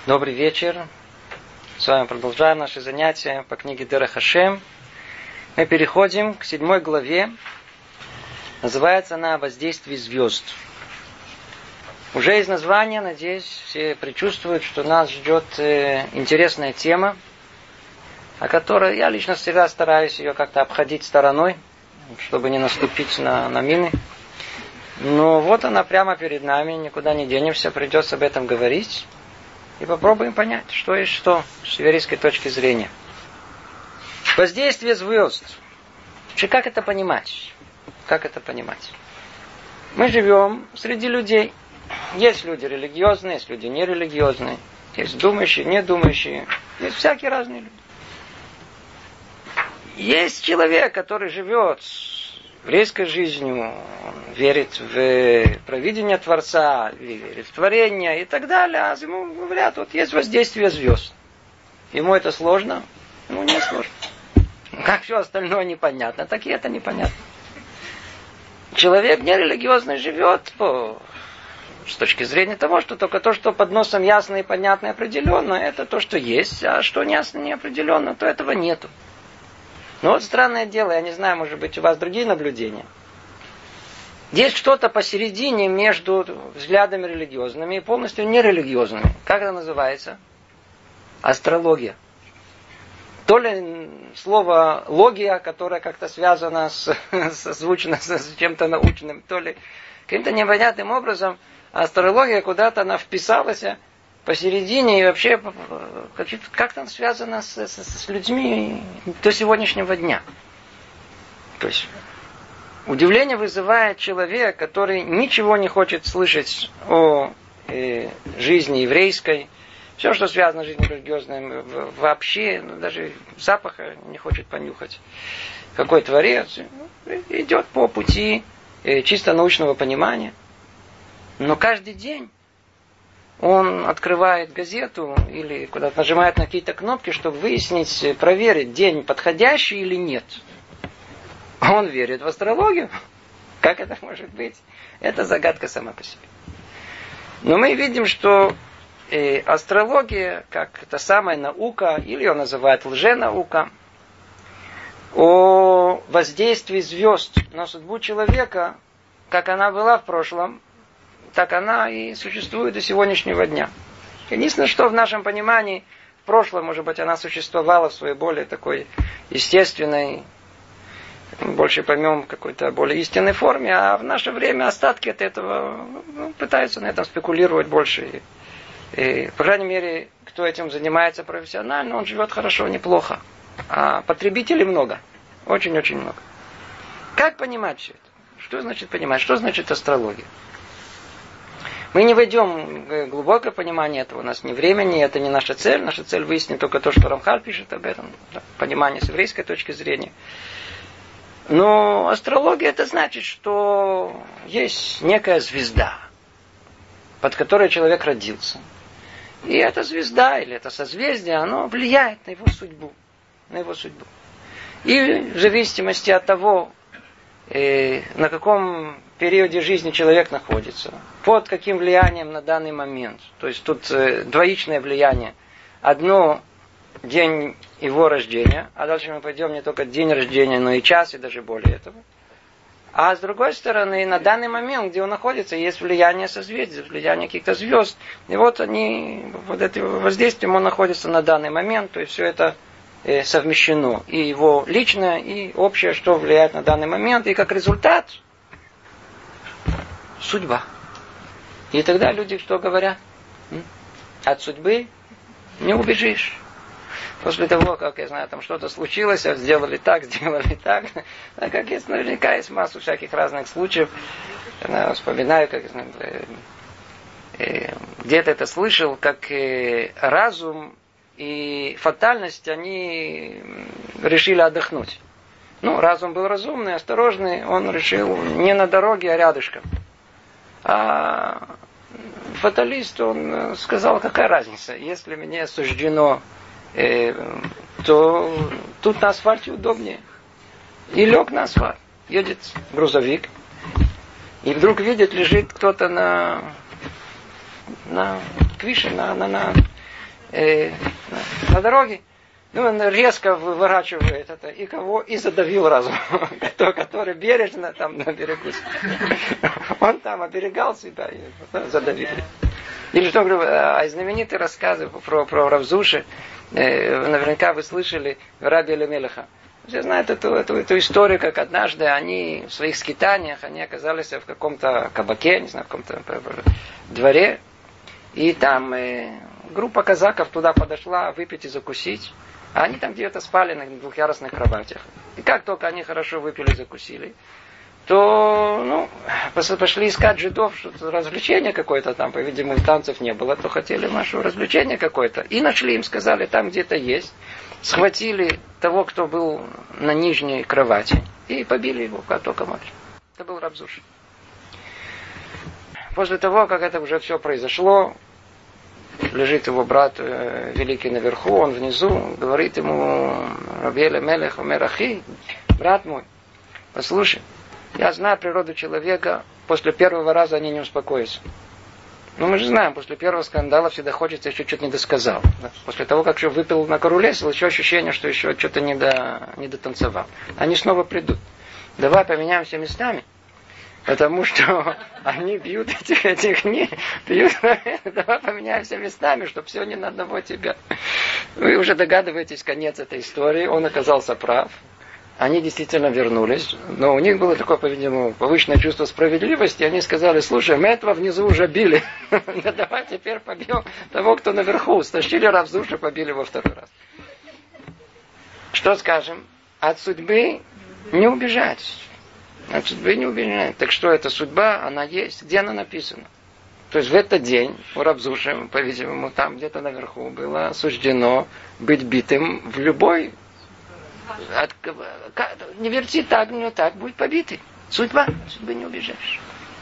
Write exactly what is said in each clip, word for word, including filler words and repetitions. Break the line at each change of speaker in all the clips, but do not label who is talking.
Добрый вечер. С вами продолжаем наши занятия по книге Дерех Хашем. Мы переходим к седьмой главе. Называется она «Воздействие звезд». Уже из названия, надеюсь, все предчувствуют, что нас ждет интересная тема, о которой я лично всегда стараюсь ее как-то обходить стороной, чтобы не наступить на, на мины. Но вот она прямо перед нами, никуда не денемся, придется об этом говорить. И попробуем понять, что есть что с еврейской точки зрения. Воздействие звезд. Как это понимать? Как это понимать? Мы живем среди людей. Есть люди религиозные, есть люди нерелигиозные, есть думающие, недумающие, есть всякие разные люди. Есть человек, который живет еврейской жизнью, он верит в провидение Творца, верит в творение и так далее, а ему говорят, вот есть воздействие звезд. Ему это сложно? Ему не сложно. Как все остальное непонятно, так и это непонятно. Человек нерелигиозный живет по, с точки зрения того, что только то, что под носом ясно и понятно и определенно, это то, что есть, а что не ясно и не определенно, то этого нету. Но вот странное дело, я не знаю, может быть, у вас другие наблюдения. Есть что-то посередине между взглядами религиозными и полностью нерелигиозными. Как это называется? Астрология. То ли слово логия, которое как-то связано с, созвучно с чем-то научным, то ли каким-то непонятным образом астрология куда-то она вписалась посередине и вообще как-то связано с, с, с людьми до сегодняшнего дня. То есть удивление вызывает человек, который ничего не хочет слышать о э, жизни еврейской, все, что связано с жизнью религиозной, вообще, ну, даже запаха не хочет понюхать. Какой творец идет по пути э, чисто научного понимания. Но каждый день он открывает газету или куда-то нажимает на какие-то кнопки, чтобы выяснить, проверить, день подходящий или нет. Он верит в астрологию. Как это может быть? Это загадка сама по себе. Но мы видим, что э, астрология, как та самая наука, или ее называют лженаука, о воздействии звезд на судьбу человека, как она была в прошлом, так она и существует до сегодняшнего дня. Единственное, что в нашем понимании в прошлом, может быть, она существовала в своей более такой естественной, больше поймем, какой-то более истинной форме, а в наше время остатки от этого ну, пытаются на этом спекулировать больше. И, и, по крайней мере, кто этим занимается профессионально, он живет хорошо, неплохо. А потребителей много. Очень-очень много. Как понимать все это? Что значит понимать? Что значит астрология? Мы не войдем в глубокое понимание этого, у нас ни времени, это не наша цель. Наша цель выяснить только то, что Рамхаль пишет об этом, да, понимание с еврейской точки зрения. Но астрология это значит, что есть некая звезда, под которой человек родился. И эта звезда или это созвездие, оно влияет на его судьбу. На его судьбу. И в зависимости от того, э, на каком периоде жизни человек находится, под каким влиянием на данный момент. То есть тут э, двоичное влияние. Одно день его рождения, а дальше мы пойдем не только день рождения, но и час, и даже более этого. А с другой стороны, на данный момент, где он находится, есть влияние созвездий, влияние каких-то звезд. И вот они, вот этим воздействием он находится на данный момент, то есть все это э, совмещено. И его личное, и общее, что влияет на данный момент. И как результат судьба. И тогда люди что говорят? От судьбы не убежишь. После того, как, я знаю, там что-то случилось, сделали так, сделали так. А как есть, наверняка есть массу всяких разных случаев. Я вспоминаю, как э, э, где-то это слышал, как э, разум и фатальность, они решили отдохнуть. Ну, разум был разумный, осторожный, он решил не на дороге, а рядышком. А фаталист, он сказал, какая разница, если мне суждено, э, то тут на асфальте удобнее. И лег на асфальт. Едет грузовик, и вдруг видит, лежит кто-то на, на квише, на, на, на, э, на дороге. Ну, он резко выворачивает это. И кого? И задавил разум. Который бережно там на берегу. Он там оберегал себя и задавил. Или что, говорю, а знаменитые рассказы про, про Рав Зуши, э, наверняка вы слышали Раби Элимелеха. Все знают эту, эту, эту историю, как однажды они в своих скитаниях, они оказались в каком-то кабаке, не знаю, в каком-то дворе, и там э, группа казаков туда подошла выпить и закусить, а они там где-то спали на двухъярусных кроватях. И как только они хорошо выпили и закусили, то, ну, пошли искать жидов, что-то развлечение какое-то там, по-видимому, танцев не было, то хотели нашу развлечение какое-то. И нашли, им сказали, там где-то есть. Схватили того, кто был на нижней кровати, и побили его, как только могли. Это был Рав Зуши. После того, как это уже все произошло, лежит его брат э, великий наверху, он внизу, говорит ему, Раби Элимелех омер ахи, брат мой, послушай, я знаю природу человека, после первого раза они не успокоятся. Ну, мы же знаем, после первого скандала всегда хочется еще что-то не досказал. Да? После того, как еще выпил на корулесил, еще ощущение, что еще что-то не, до, не дотанцевал. Они снова придут. Давай поменяемся местами, потому что они бьют этих, этих не бьют. Давай поменяемся местами, чтобы все не на одного тебя. Вы уже догадываетесь конец этой истории. Он оказался прав. Они действительно вернулись, но у них было такое, по-видимому, повышенное чувство справедливости. Они сказали, слушай, мы этого внизу уже били. Давай теперь побьем того, кто наверху. Стащили Рав Зуши, побили его второй раз. Что скажем? От судьбы не убежать. От судьбы не убежать. Так что эта судьба, она есть. Где она написана? То есть в этот день у Рав Зуши, по-видимому, там где-то наверху было суждено быть битым в любой... От, не верти так, не так, будет побитый. Судьба, судьбы не убежишь.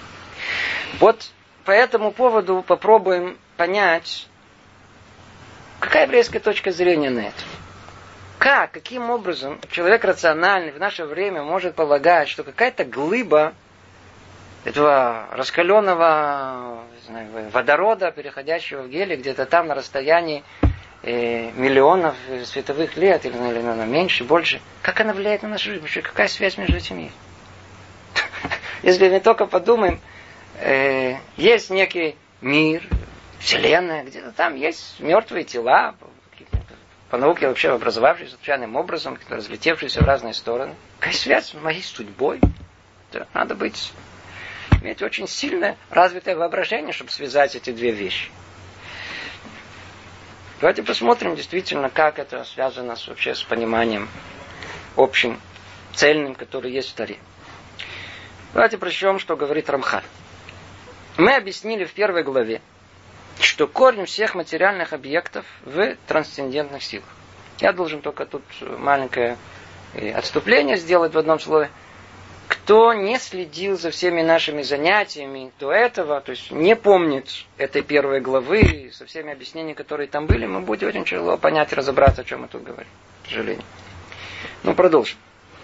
Вот по этому поводу попробуем понять, какая еврейская точка зрения на это. Как, каким образом человек рациональный в наше время может полагать, что какая-то глыба этого раскаленного, не знаю, водорода, переходящего в гелий, где-то там на расстоянии миллионов световых лет, или, наверное, меньше, больше. Как она влияет на нашу жизнь? Вообще, какая связь между этим есть? Если мы только подумаем, э, есть некий мир, вселенная, где-то там есть мертвые тела, по науке вообще образовавшиеся случайным образом, разлетевшиеся в разные стороны. Какая связь с моей судьбой? Да, надо быть, иметь очень сильное развитое воображение, чтобы связать эти две вещи. Давайте посмотрим действительно, как это связано с, вообще с пониманием общим, цельным, который есть в Торе. Давайте прочтем, что говорит Рамхаль. Мы объяснили в первой главе, что корень всех материальных объектов в трансцендентных силах. Я должен только тут маленькое отступление сделать в одном слове. Кто не следил за всеми нашими занятиями до этого, то есть не помнит этой первой главы, со всеми объяснениями, которые там были, мы будет очень тяжело понять и разобраться, о чем мы тут говорим, к сожалению. Ну, продолжим.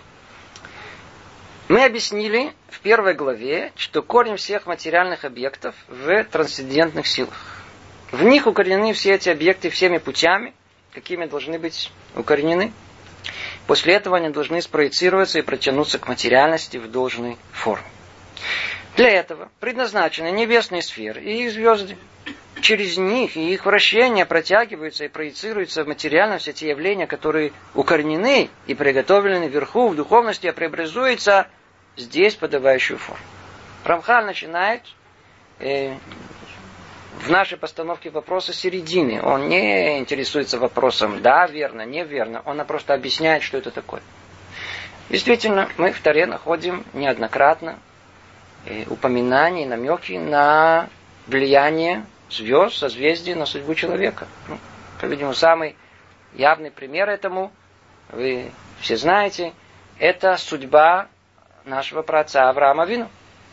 Мы объяснили в первой главе, что корень всех материальных объектов в трансцендентных силах. В них укоренены все эти объекты всеми путями, какими должны быть укоренены. После этого они должны спроецироваться и протянуться к материальности в должной форме. Для этого предназначены небесные сферы и их звезды. Через них и их вращение протягиваются и проецируются в материальность эти явления, которые укоренены и приготовлены вверху в духовности, а преобразуются здесь подобающую форму. Рамхаль начинает э, в нашей постановке вопроса середины. Он не интересуется вопросом да, верно, неверно. Он просто объясняет, что это такое. Действительно, мы в Торе находим неоднократно э, упоминания, намеки на влияние звезд, созвездий на судьбу человека. Ну, по-видимому, самый явный пример этому, вы все знаете, это судьба нашего праотца Авраама Авину.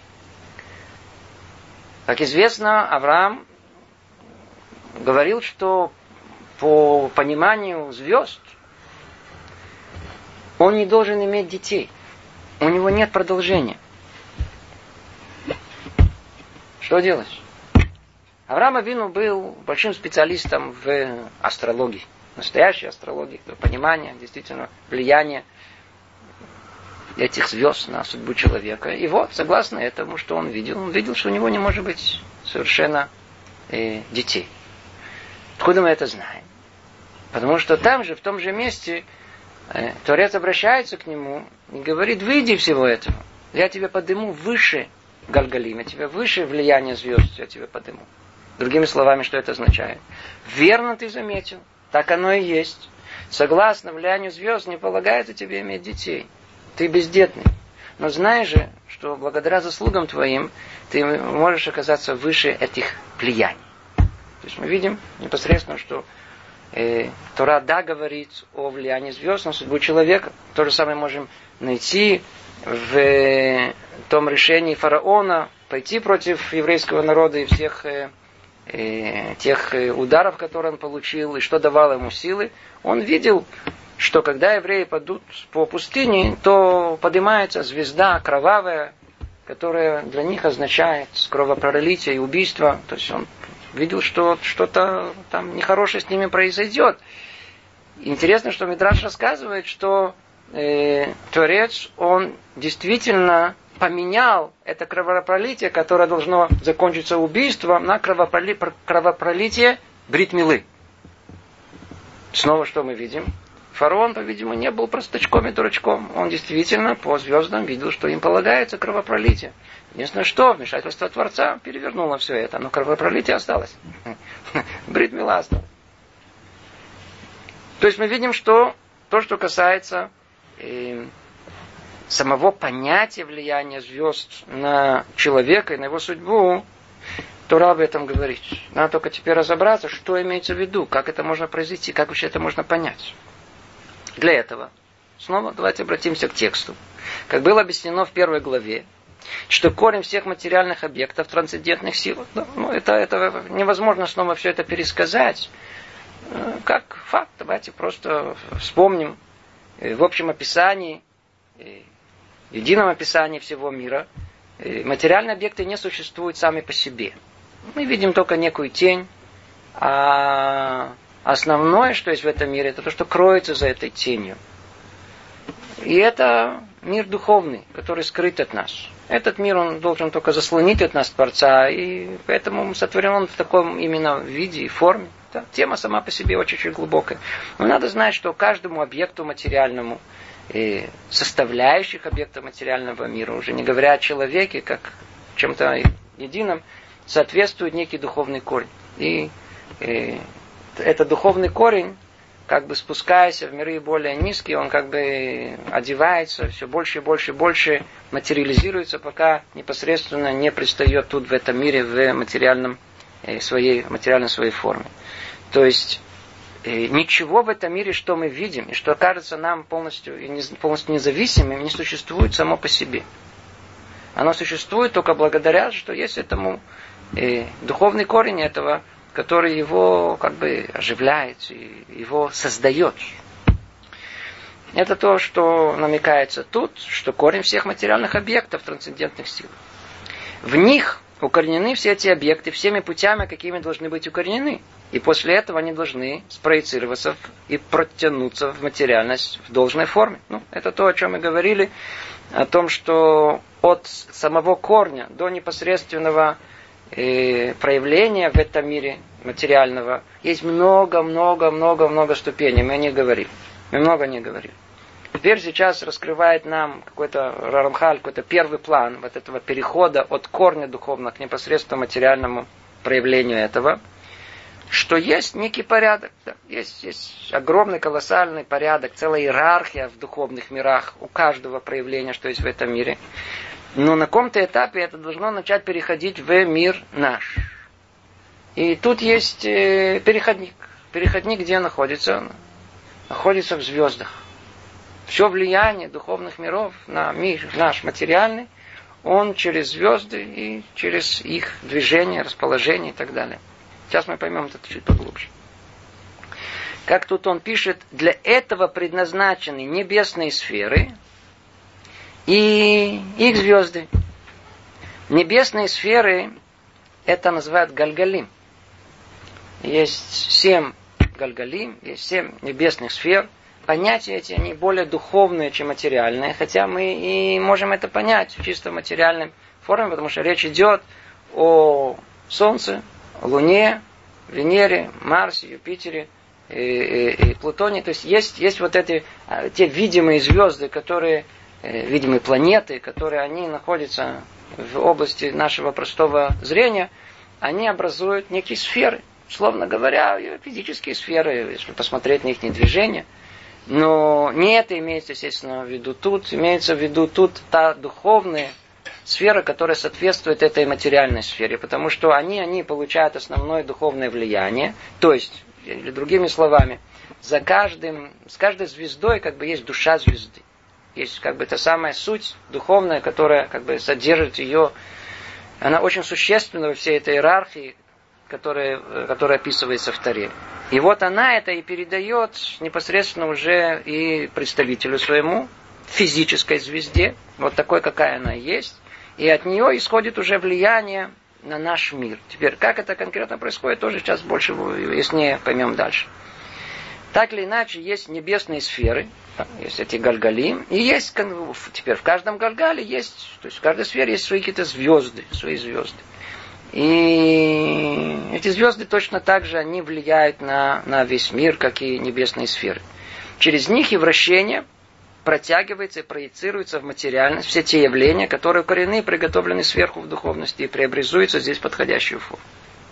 Как известно, Авраам говорил, что по пониманию звезд он не должен иметь детей. У него нет продолжения. Что делать? Авраам Авину был большим специалистом в астрологии. Настоящей астрологии, понимание, действительно, влияние этих звезд на судьбу человека. И вот, согласно этому, что он видел, он видел, что у него не может быть совершенно э, детей. Откуда мы это знаем? Потому что там же, в том же месте, э, Творец обращается к нему и говорит: выйди всего этого. Я тебя подниму выше Галгалим, я тебя выше влияния звезд, я тебя подниму. Другими словами, что это означает? Верно ты заметил, так оно и есть. Согласно влиянию звезд, не полагается тебе иметь детей. Ты бездетный. Но знай же, что благодаря заслугам твоим ты можешь оказаться выше этих влияний. То есть мы видим непосредственно, что э, Тора да говорит о влиянии звезд на судьбу человека. То же самое можем найти в том решении фараона пойти против еврейского народа и всех э, э, тех ударов, которые он получил, и что давало ему силы. Он видел, что когда евреи пойдут по пустыне, то поднимается звезда кровавая, которая для них означает кровопролитие и убийство. То есть он видел, что что-то там нехорошее с ними произойдет. Интересно, что Мидраш рассказывает, что э, Творец, он действительно поменял это кровопролитие, которое должно закончиться убийством, на кровопроли... кровопролитие брит милы. Снова что мы видим? Фараон, по-видимому, не был простачком и дурачком. Он действительно по звездам видел, что им полагается кровопролитие. Единственное, что вмешательство Творца перевернуло все это, но кровопролитие осталось. Брит мила осталось. То есть мы видим, что то, что касается э, самого понятия влияния звезд на человека и на его судьбу, Тора об этом говорит. Надо только теперь разобраться, что имеется в виду, как это можно произойти, как вообще это можно понять. Для этого, снова давайте обратимся к тексту. Как было объяснено в первой главе, что корень всех материальных объектов трансцендентных сил, ну, это, это невозможно снова все это пересказать. Как факт, давайте просто вспомним в общем описании, в едином описании всего мира, материальные объекты не существуют сами по себе. Мы видим только некую тень, а основное, что есть в этом мире, это то, что кроется за этой тенью. И это мир духовный, который скрыт от нас. Этот мир, он должен только заслонить от нас Творца, и поэтому сотворен он в таком именно виде и форме. Да, тема сама по себе очень-очень глубокая. Но надо знать, что каждому объекту материальному, и составляющих объекта материального мира, уже не говоря о человеке, как чем-то едином, соответствует некий духовный корень. И, и этот духовный корень, как бы спускаясь в миры более низкие, он как бы одевается, все больше и больше и больше материализируется, пока непосредственно не предстает тут в этом мире в материальном, своей, материальной своей форме. То есть ничего в этом мире, что мы видим, и что кажется нам полностью, полностью независимым, не существует само по себе. Оно существует только благодаря, что есть этому э, духовный корень этого, который его как бы оживляет, и его создает. Это то, что намекается тут, что корень всех материальных объектов трансцендентных сил. В них укоренены все эти объекты всеми путями, какими должны быть укоренены. И после этого они должны спроецироваться и протянуться в материальность в должной форме. Ну, это то, о чем мы говорили, о том, что от самого корня до непосредственного э, проявления в этом мире материального есть много-много-много-много ступеней. Мы о них говорили. Мы много не говорили. Теперь сейчас раскрывает нам какой-то Рамхаль, какой-то первый план вот этого перехода от корня духовного к непосредственному материальному проявлению этого, что есть некий порядок. Да, есть, есть огромный, колоссальный порядок, целая иерархия в духовных мирах у каждого проявления, что есть в этом мире. Но на каком-то этапе это должно начать переходить в мир наш. И тут есть э, переходник. Переходник где находится? Находится в звездах. Все влияние духовных миров на мир наш материальный, он через звезды и через их движение, расположение и так далее. Сейчас мы поймем это чуть поглубже. Как тут он пишет, для этого предназначены небесные сферы и их звезды. Небесные сферы, это называют Гальгалим. есть семь гальгалим, есть семь небесных сфер. Понятия эти, они более духовные, чем материальные, хотя мы и можем это понять в чисто материальной форме, потому что речь идет о Солнце, Луне, Венере, Марсе, Юпитере и, и, и Плутоне. То есть, есть есть вот эти те видимые звезды, которые, видимые планеты, которые они находятся в области нашего простого зрения, они образуют некие сферы. Словно говоря, физические сферы, если посмотреть на их движение. Но не это имеется, естественно, в виду тут. Имеется в виду тут та духовная сфера, которая соответствует этой материальной сфере. Потому что они, они получают основное духовное влияние. То есть, или другими словами, за каждым, с каждой звездой как бы есть душа звезды. Есть как бы та самая суть духовная, которая как бы содержит ее. Она очень существенна во всей этой иерархии, которая, которая описывается в Торе. И вот она это и передает непосредственно уже и представителю своему, физической звезде, вот такой, какая она есть, и от нее исходит уже влияние на наш мир. Теперь, как это конкретно происходит, тоже сейчас больше яснее поймем дальше. Так или иначе, есть небесные сферы, есть эти гальгалим, и есть, теперь в каждом гальгале есть, то есть в каждой сфере есть свои какие-то звезды, свои звезды. И эти звезды точно так же они влияют на, на весь мир, как и небесные сферы. Через них и вращение протягивается и проецируется в материальность все те явления, которые укорены и приготовлены сверху в духовности и преобразуются здесь в подходящую форму.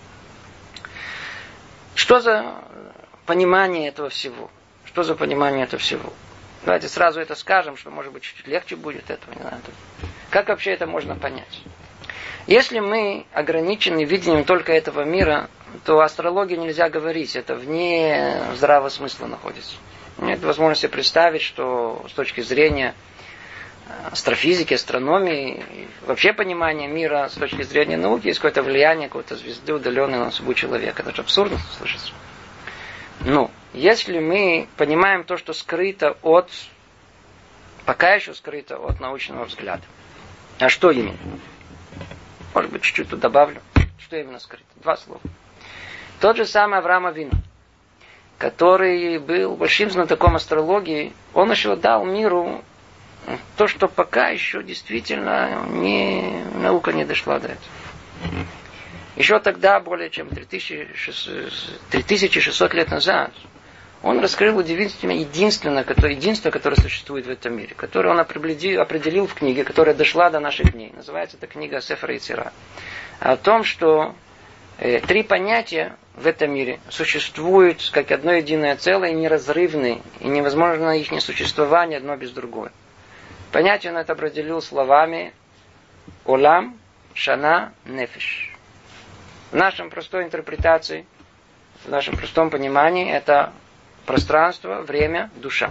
Что за понимание этого всего? Что за понимание этого всего? Давайте сразу это скажем, что может быть чуть-чуть легче будет этого. Не знаю. Как вообще это можно понять? Если мы ограничены видением только этого мира, то астрологии нельзя говорить, это вне здравого смысла находится. Нет возможности представить, что с точки зрения астрофизики, астрономии, вообще понимания мира с точки зрения науки есть какое-то влияние какой-то звезды, удаленной на судьбу человека. Это же абсурдно слышится. Но если мы понимаем то, что скрыто от, пока еще скрыто от научного взгляда, а что именно? Может быть, чуть-чуть тут добавлю. Что именно скрыто? Два слова. Тот же самый Авраам Авину, который был большим знатоком астрологии, он еще дал миру то, что пока еще действительно не, наука не дошла до этого. Еще тогда, более чем три тысячи шестьсот лет назад, он раскрыл удивительно единственное, которое, единство, которое существует в этом мире, которое он определил, определил в книге, которая дошла до наших дней. Называется эта книга Сефер Йецира. О том, что э, три понятия в этом мире существуют как одно единое целое, неразрывные, и невозможно их несуществование одно без другого. Понятие он это определил словами «Олам, Шана, Нефеш». В нашем простой интерпретации, в нашем простом понимании, это пространство, время, душа.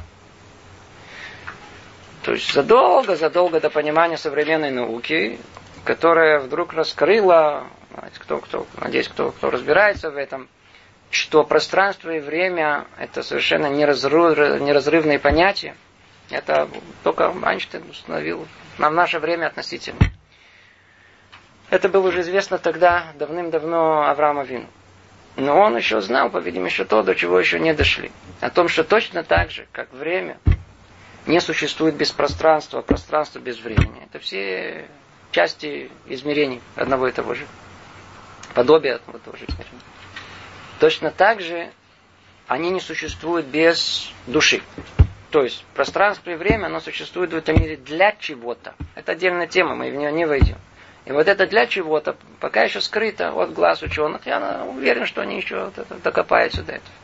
То есть задолго-задолго до понимания современной науки, которая вдруг раскрыла, кто, кто, надеюсь, кто, кто разбирается в этом, что пространство и время это совершенно неразрыв, неразрывные понятия. Это только Эйнштейн установил на наше время относительно. Это было уже известно тогда, давным-давно Аврааму Авину. Но он еще знал, по-видимому, еще то, до чего еще не дошли. О том, что точно так же, как время, не существует без пространства, пространство без времени. Это все части измерений одного и того же. Подобие одного и того же измерения. Точно так же они не существуют без души. То есть пространство и время, оно существует в этом мире для чего-то. Это отдельная тема, мы в нее не войдем. И вот это для чего-то пока еще скрыто от глаз ученых. Я уверен, что они еще докопаются до этого.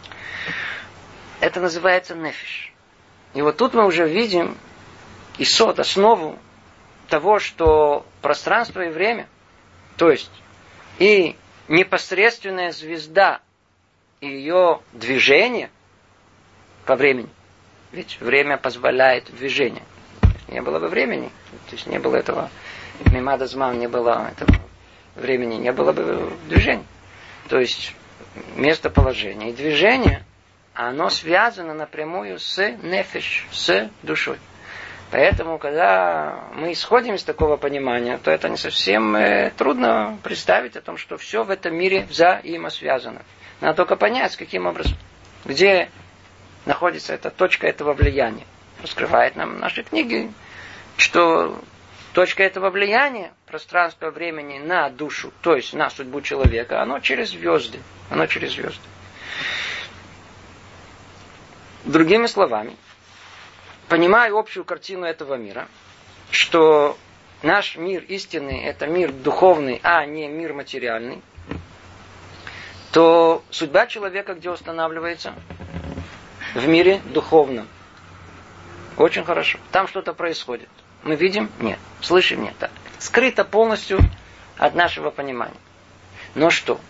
Это называется нефиш. И вот тут мы уже видим исод, основу того, что пространство и время, то есть и непосредственная звезда и ее движение по времени. Ведь время позволяет движение. Не было бы времени, то есть не было этого мимада зман, не было этого времени, не было бы движения. То есть местоположение и движение, оно связано напрямую с нефеш, с душой. Поэтому, когда мы исходим из такого понимания, то это не совсем э, трудно представить о том, что все в этом мире взаимосвязано. Надо только понять, каким образом. Где находится эта точка этого влияния. Раскрывает нам наши книги, что точка этого влияния, пространства времени на душу, то есть на судьбу человека, оно через звезды. Оно через звезды. Другими словами, понимая общую картину этого мира, что наш мир истинный, это мир духовный, а не мир материальный, то судьба человека где устанавливается? В мире духовном. Очень хорошо. Там что-то происходит. Мы видим? Нет. Слышим? Нет. Так. Скрыто полностью от нашего понимания. Но что?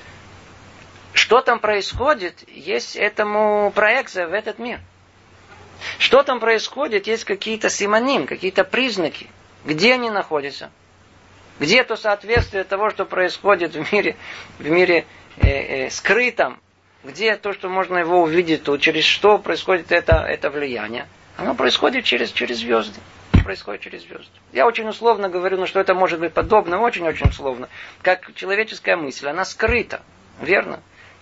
Что там происходит, есть этому проекция в этот мир. Что там происходит, есть какие-то симоним, какие-то признаки. Где они находятся? Где то соответствие того, что происходит в мире, в мире э, э, скрытом? Где то, что можно его увидеть, то через что происходит это, это влияние? Оно происходит через, через звезды. Происходит через звезды. Я очень условно говорю, но что это может быть подобно, очень-очень условно. Как человеческая мысль, она скрыта, верно?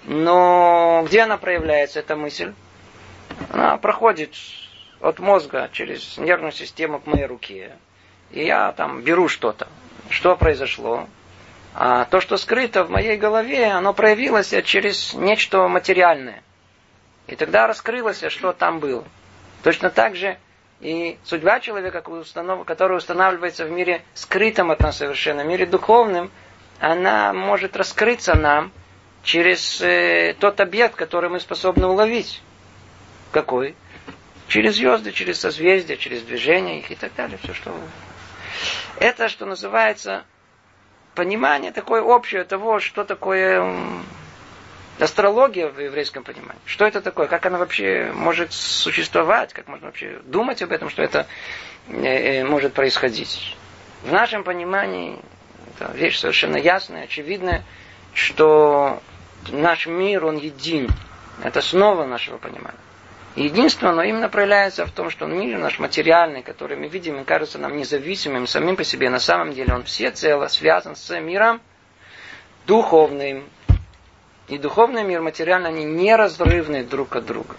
Но где она проявляется, эта мысль? Она проходит от мозга через нервную систему к моей руке. И я там беру что-то. Что произошло? А то, что скрыто в моей голове, оно проявилось через нечто материальное. И тогда раскрылось, что там было. Точно так же и судьба человека, которая устанавливается в мире скрытом от нас совершенно, в мире духовном, она может раскрыться нам через э, тот объект, который мы способны уловить. Какой? Через звезды, через созвездия, через движения их и так далее. Все, что... Это, что называется, понимание такое общее того, что такое астрология в еврейском понимании. Что это такое? Как она вообще может существовать? Как можно вообще думать об этом, что это э, может происходить? В нашем понимании это вещь совершенно ясная, очевидная, что наш мир, он един. Это основа нашего понимания. Единство, оно именно проявляется в том, что мир наш материальный, который мы видим, и кажется нам независимым самим по себе, на самом деле он всецело связан с миром духовным. И духовный мир, материальный, они неразрывны друг от друга.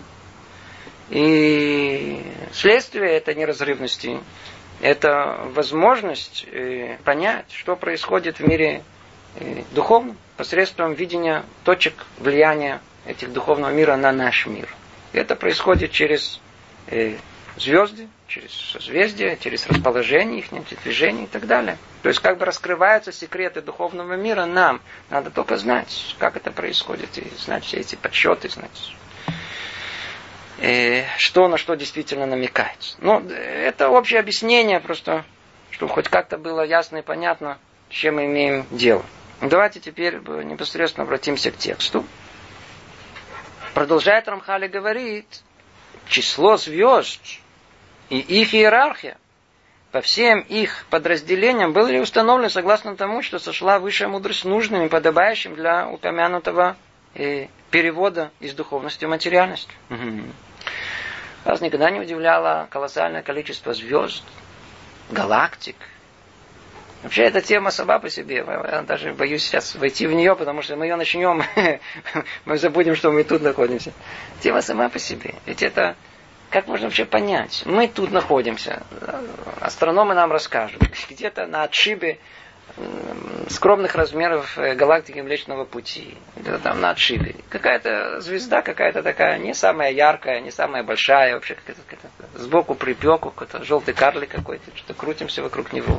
И следствие этой неразрывности – это возможность понять, что происходит в мире духовном, посредством видения точек влияния этих духовного мира на наш мир. И это происходит через э, звезды, через созвездия, через расположение их, движения и так далее. То есть как бы раскрываются секреты духовного мира нам. Надо только знать, как это происходит, и знать все эти подсчеты, знать, э, что на что действительно намекает. Но это общее объяснение, просто, чтобы хоть как-то было ясно и понятно, с чем мы имеем дело. Давайте теперь непосредственно обратимся к тексту. Продолжает Рамхаль и говорит, число звезд и их иерархия по всем их подразделениям были установлены согласно тому, что сошла высшая мудрость нужным и подобающим для упомянутого э, перевода из духовности в материальность. Угу. Вас никогда не удивляло колоссальное количество звезд, галактик. Вообще, эта тема сама по себе. Я даже боюсь сейчас войти в нее, потому что мы ее начнем, мы забудем, что мы тут находимся. Тема сама по себе. Ведь это, как можно вообще понять? Мы тут находимся. Астрономы нам расскажут. Где-то на отшибе скромных размеров галактики Млечного Пути. Где-то там на отшибе. Какая-то звезда, какая-то такая, не самая яркая, не самая большая. Вообще, какая-то, какая-то сбоку припеку, какой-то желтый карлик какой-то. Что-то крутимся вокруг него.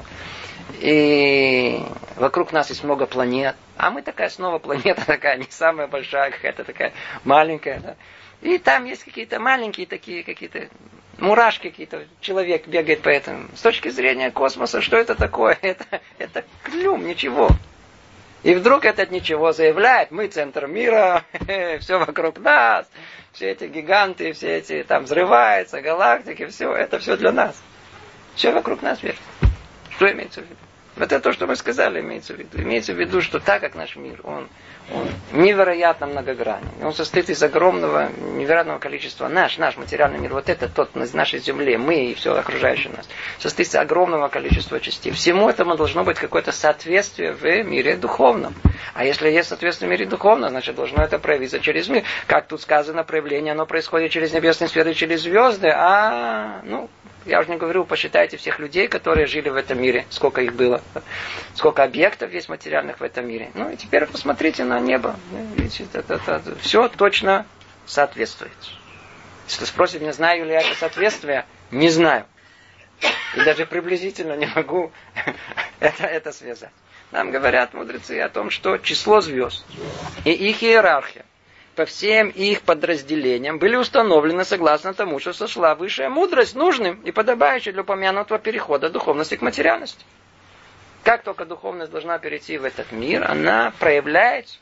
И вокруг нас есть много планет. А мы такая снова планета такая, не самая большая, какая-то такая маленькая. Да? И там есть какие-то маленькие такие, какие-то мурашки какие-то. Человек бегает по этому. С точки зрения космоса, что это такое? Это, это клюм, ничего. И вдруг этот ничего заявляет, мы центр мира, все вокруг нас, все эти гиганты, все эти там взрываются, галактики, все, это все для нас. Все вокруг нас, верно? Что имеется в виду? Вот это то, что мы сказали, имеется в виду. Имеется в виду, что так как наш мир, он, он невероятно многогранен. Он состоит из огромного, невероятного количества. Наш, наш материальный мир, вот это тот на нашей земле, мы и все окружающее нас, состоит из огромного количества частей. Всему этому должно быть какое-то соответствие в мире духовном. А если есть соответствие в мире духовном, значит, должно это проявиться через мир. Как тут сказано, проявление, оно происходит через небесные сферы, через звезды, а, ну, я уже не говорю, посчитайте всех людей, которые жили в этом мире, сколько их было, сколько объектов есть материальных в этом мире. Ну и теперь посмотрите на небо. Видите, это, это, это, все точно соответствует. Если спросите, не знаю ли я это соответствие, не знаю. И даже приблизительно не могу это, это связать. Нам говорят мудрецы о том, что число звезд и их иерархия по всем их подразделениям были установлены согласно тому, что сошла высшая мудрость нужным и подобающей для упомянутого перехода духовности к материальности. Как только духовность должна перейти в этот мир, она проявляется.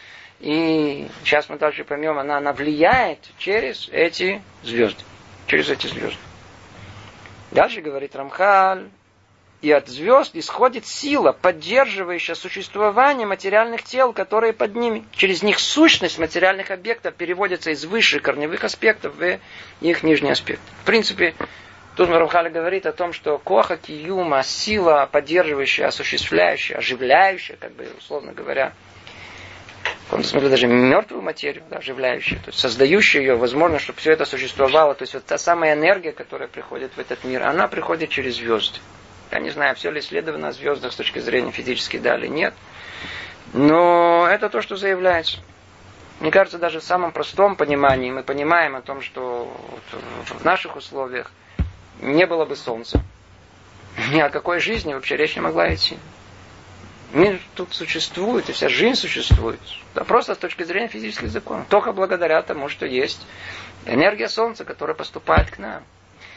И сейчас мы дальше поймем, она, она влияет через эти звезды. Через эти звезды. Дальше говорит Рамхаль, и от звезд исходит сила, поддерживающая существование материальных тел, которые под ними. Через них сущность материальных объектов переводится из высших корневых аспектов в их нижний аспект. В принципе, тут Рамхаль говорит о том, что коха киюма, сила, поддерживающая, осуществляющая, оживляющая, как бы условно говоря, в каком-то смысле даже мертвую материю, да, оживляющую, то есть создающая ее, возможно, чтобы все это существовало. То есть вот та самая энергия, которая приходит в этот мир, она приходит через звезды. Я не знаю, все ли исследовано о звездах с точки зрения физической, да или нет. Но это то, что заявляется. Мне кажется, даже в самом простом понимании мы понимаем о том, что в наших условиях не было бы солнца. Ни о какой жизни вообще речь не могла идти. Мир тут существует, и вся жизнь существует. Да просто с точки зрения физических законов. Только благодаря тому, что есть энергия солнца, которая поступает к нам.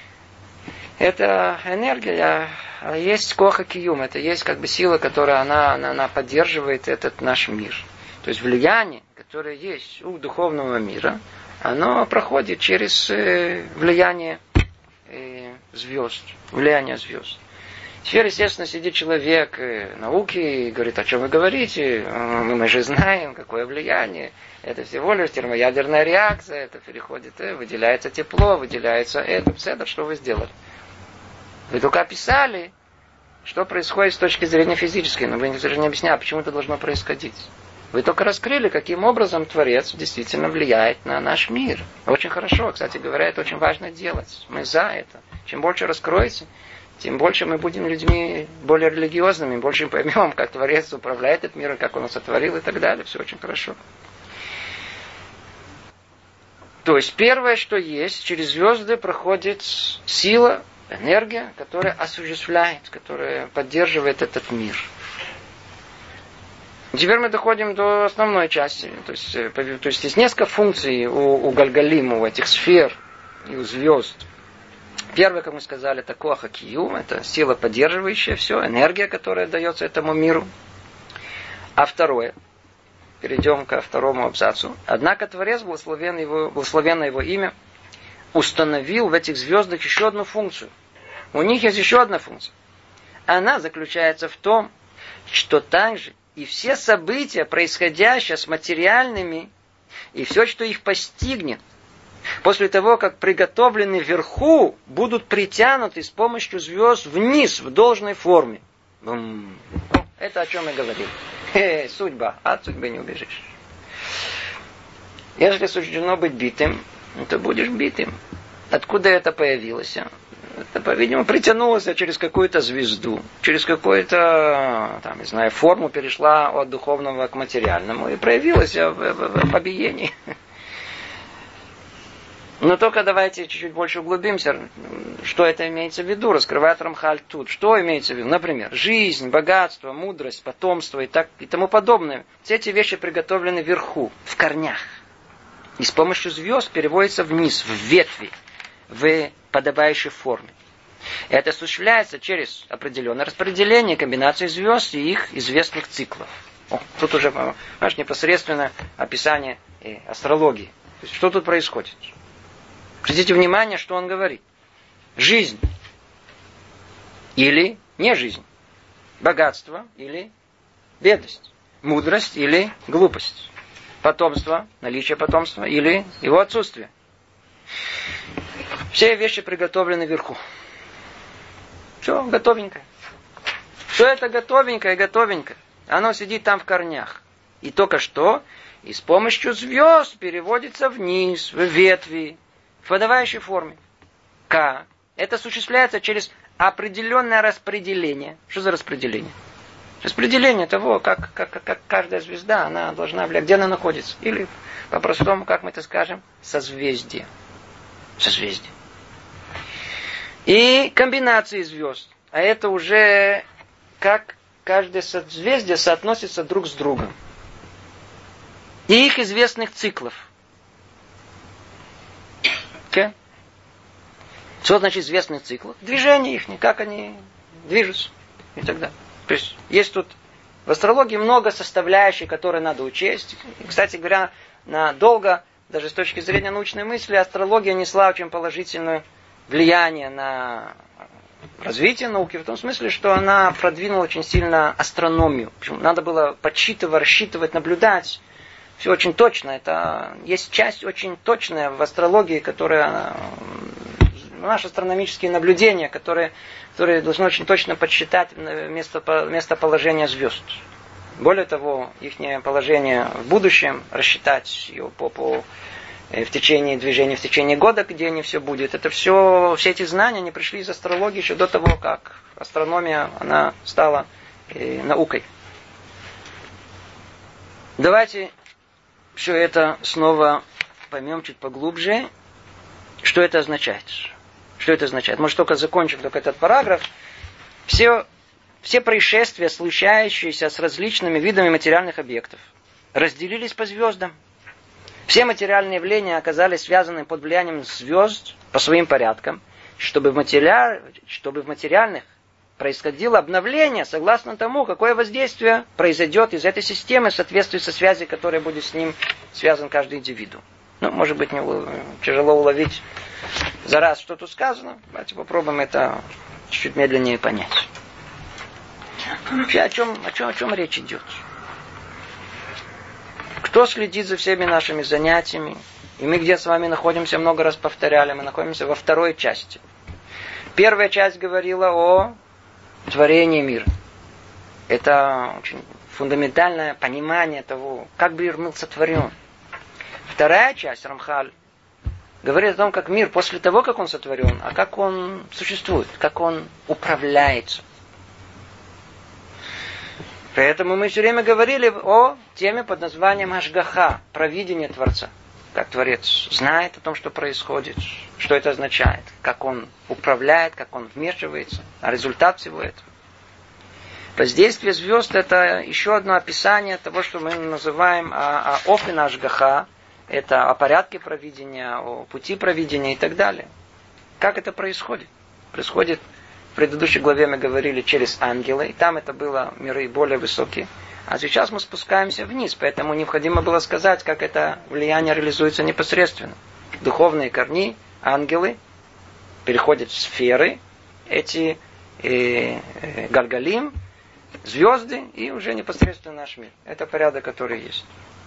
Эта энергия, есть коха киюм, это есть как бы сила, которая она, она, она поддерживает этот наш мир. То есть влияние, которое есть у духовного мира, оно проходит через э, влияние э, звезд, влияние звезд. Теперь, естественно, сидит человек э, науки и говорит, о чем вы говорите, мы, мы же знаем, какое влияние. Это всего лишь термоядерная реакция, это переходит, э, выделяется тепло, выделяется это, это, что вы сделали. Вы только описали, что происходит с точки зрения физической, но вы даже не объясняли, почему это должно происходить. Вы только раскрыли, каким образом Творец действительно влияет на наш мир. Очень хорошо, кстати говоря, это очень важно делать. Мы за это. Чем больше раскроете, тем больше мы будем людьми более религиозными, больше поймем, как Творец управляет этим миром, как Он его сотворил и так далее. Все очень хорошо. То есть первое, что есть, через звезды проходит сила, энергия, которая осуществляет, которая поддерживает этот мир. Теперь мы доходим до основной части. То есть, то есть есть несколько функций у, у Гальгалима, у этих сфер и у звезд. Первое, как мы сказали, это коха киюм, это сила, поддерживающая все, энергия, которая дается этому миру. А второе, перейдем ко второму абзацу. Однако Творец, благословенно его, благословенно его имя, установил в этих звездах еще одну функцию. У них есть еще одна функция. Она заключается в том, что также и все события, происходящие с материальными, и все, что их постигнет, после того, как приготовлены вверху, будут притянуты с помощью звезд вниз в должной форме. Бум. Это о чем я говорил. Хе, судьба. От судьбы не убежишь. Если суждено быть битым, то будешь битым. Откуда это появилось? Это, по-видимому, притянулось через какую-то звезду, через какую-то, там, не знаю, форму перешла от духовного к материальному и проявилась в, в, в побиении. Но только давайте чуть-чуть больше углубимся, что это имеется в виду, раскрывает Рамхаль тут. Что имеется в виду? Например, жизнь, богатство, мудрость, потомство и, так, и тому подобное. Все эти вещи приготовлены вверху, в корнях. И с помощью звезд переводятся вниз, в ветви, в подобающей форме. Это осуществляется через определенное распределение, комбинацию звезд и их известных циклов. О, тут уже, понимаешь, непосредственно описание э, астрологии. То есть, что тут происходит? Обратите внимание, что он говорит. Жизнь или не жизнь. богатство или бедность, мудрость или глупость, потомство, наличие потомства или его отсутствие. Все вещи приготовлены вверху. Все готовенькое. Все это готовенькое, готовенькое. Оно сидит там в корнях. И только что и с помощью звезд переводится вниз, в ветви, в подавающей форме. Как? Это осуществляется через определенное распределение. Что за распределение? Распределение того, как, как, как каждая звезда, она должна влиять, где она находится. Или, по-простому, как мы это скажем, созвездие. Созвездие. И комбинации звезд. А это уже как каждое созвездие соотносится друг с другом. И их известных циклов. Okay? Что значит известных циклов? Движение их, как они движутся и так далее. То есть есть тут в астрологии много составляющих, которые надо учесть. И, кстати говоря, надолго, даже с точки зрения научной мысли, астрология несла очень положительное влияние на развитие науки, в том смысле, что она продвинула очень сильно астрономию. Надо было подсчитывать, рассчитывать, наблюдать. Все очень точно. Это есть часть очень точная в астрологии, которая наши астрономические наблюдения, которые, которые должны очень точно подсчитать место, местоположение звезд. Более того, их положение в будущем, рассчитать его по, по, в течение движения, в течение года, где они все будет. Это все, все эти знания, они пришли из астрологии еще до того, как астрономия она стала э, наукой. Давайте все это снова поймем чуть поглубже, что это означает. Что это означает? Может, только закончим только этот параграф. Все, все происшествия, случающиеся с различными видами материальных объектов, разделились по звездам. Все материальные явления оказались связаны под влиянием звезд по своим порядкам, чтобы в, материаль... чтобы в материальных происходило обновление согласно тому, какое воздействие произойдет из этой системы в соответствии со связью, которая будет с ним связан каждый индивидуум. Ну, может быть, не, тяжело уловить за раз, что тут сказано. Давайте попробуем это чуть-чуть медленнее понять. Вообще, о чем, о чем, о чем речь идет? Кто следит за всеми нашими занятиями? И мы где с вами находимся, много раз повторяли, мы находимся во второй части. Первая часть говорила о творении мира. Это очень фундаментальное понимание того, как мир был сотворен. Вторая часть, Рамхаль, говорит о том, как мир после того, как он сотворен, а как он существует, как он управляется. Поэтому мы все время говорили о теме под названием Ашгаха, провидение Творца. Как Творец знает о том, что происходит, что это означает, как он управляет, как он вмешивается, а результат всего этого. Воздействие звезд – это еще одно описание того, что мы называем офен Ашгаха, это о порядке провидения, о пути провидения и так далее. Как это происходит? Происходит, в предыдущей главе мы говорили, через ангелы, и там это было миры более высокие. А сейчас мы спускаемся вниз, поэтому необходимо было сказать, как это влияние реализуется непосредственно. Духовные корни, ангелы, переходят в сферы, эти э, э, гальгалим, звезды и уже непосредственно наш мир. Это порядок, который есть.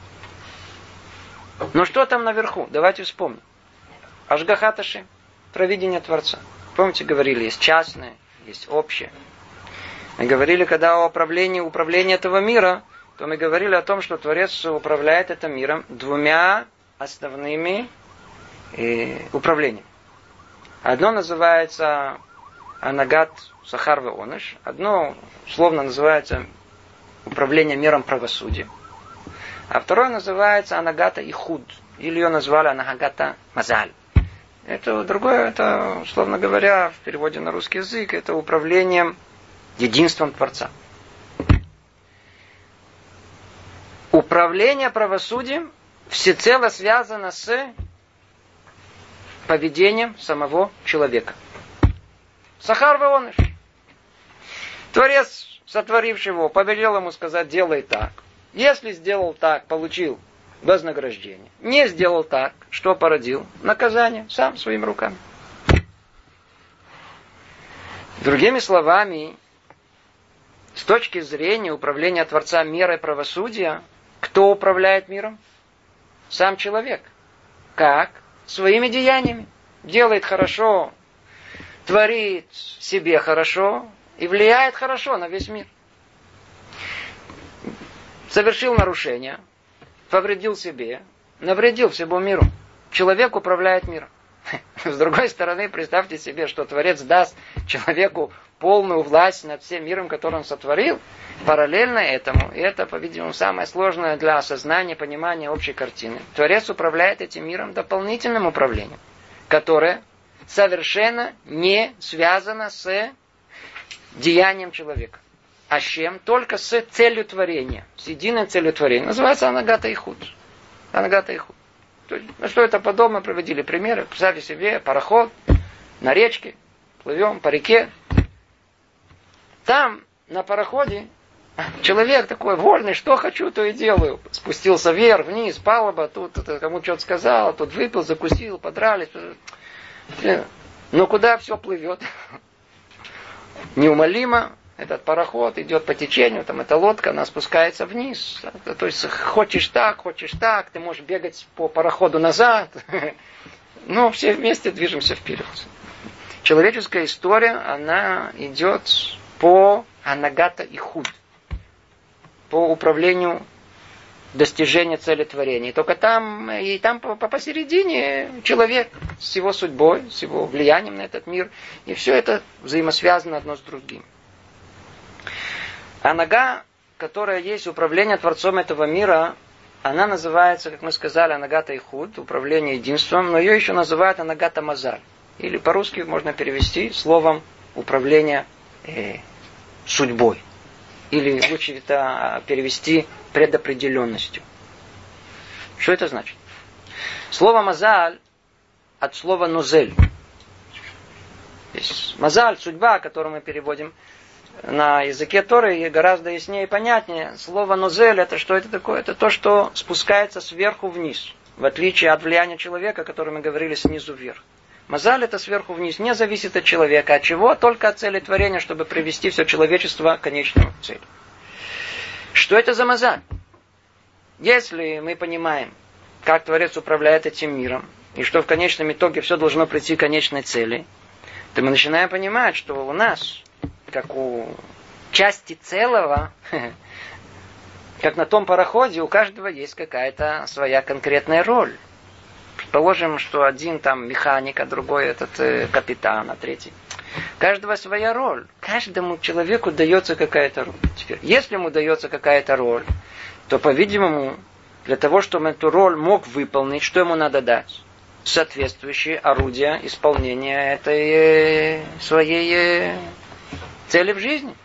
Но что там наверху? Давайте вспомним. Ашгахаташи, провидение Творца. Помните, говорили, есть частное, есть общее. Мы говорили, когда о управлении, управлении этого мира, то мы говорили о том, что Творец управляет этим миром двумя основными э, управлениями. Одно называется Анагат Сахар Веоныш, одно условно называется управление миром правосудия. А второе называется Анагата Ихуд, или ее назвали Анагата Мазаль. Это другое, это, условно говоря, в переводе на русский язык, это управлением единством Творца. Управление правосудием всецело связано с поведением самого человека. Сахар Веоныш. Творец, сотворивший его, повелел ему сказать, делай так. Если сделал так, получил вознаграждение. Не сделал так, что породил? Наказание. Сам своими руками. Другими словами, С точки зрения управления Творца мерой правосудия, кто управляет миром? Сам человек. Как? Своими деяниями. Делает хорошо, творит себе хорошо и влияет хорошо на весь мир. Совершил нарушение, повредил себе, навредил всему миру. Человек управляет миром. С другой стороны, представьте себе, что Творец даст человеку полную власть над всем миром, который он сотворил, параллельно этому, и это, по-видимому, самое сложное для осознания, понимания общей картины. Творец управляет этим миром дополнительным управлением, которое совершенно не связано с деянием человека. А с чем? Только с целью творения, с единой целью творения. Называется анагата ихуд. Анагата ихуд. На что это подобно, приводили примеры. Представьте себе пароход на речке, плывем по реке. Там, на пароходе, человек такой вольный, что хочу, то и делаю. Спустился вверх, вниз, палуба, тут кому что-то сказал, тут выпил, закусил, подрались. Но куда все плывет? Неумолимо этот пароход идет по течению, там эта лодка, она спускается вниз. То есть хочешь так, хочешь так, ты можешь бегать по пароходу назад. Но все вместе движемся вперед. Человеческая история, она идет по анагата ихуд, по управлению достижения цели творения. И только там, и там посередине человек с его судьбой, с его влиянием на этот мир. И все это взаимосвязано одно с другим. Анага, которая есть управление Творцом этого мира, она называется, как мы сказали, анагата ихуд, управление единством, но ее еще называют анагата мазаль. Или по-русски можно перевести словом управление э, судьбой. Или лучше это перевести предопределенностью. Что это значит? Слово мазаль от слова нозель. Мазаль, судьба, которую мы переводим на языке Торы, гораздо яснее и понятнее. Слово нозель, это что это такое? Это то, что спускается сверху вниз. В отличие от влияния человека, о котором мы говорили, снизу вверх. Мазаль это сверху вниз, не зависит от человека. От чего? Только от цели творения, чтобы привести все человечество к конечному цели. Что это за мазаль? Если мы понимаем, как Творец управляет этим миром, и что в конечном итоге все должно прийти к конечной цели, то мы начинаем понимать, что у нас, как у части целого, как на том пароходе, у каждого есть какая-то своя конкретная роль. Предположим, что один там механик, а другой этот э, капитан, а третий. У каждого своя роль. Каждому человеку дается какая-то роль. Теперь, если ему дается какая-то роль, то, по-видимому, для того, чтобы эту роль мог выполнить, что ему надо дать? Соответствующие орудия исполнения этой э, своей э, цели в жизни.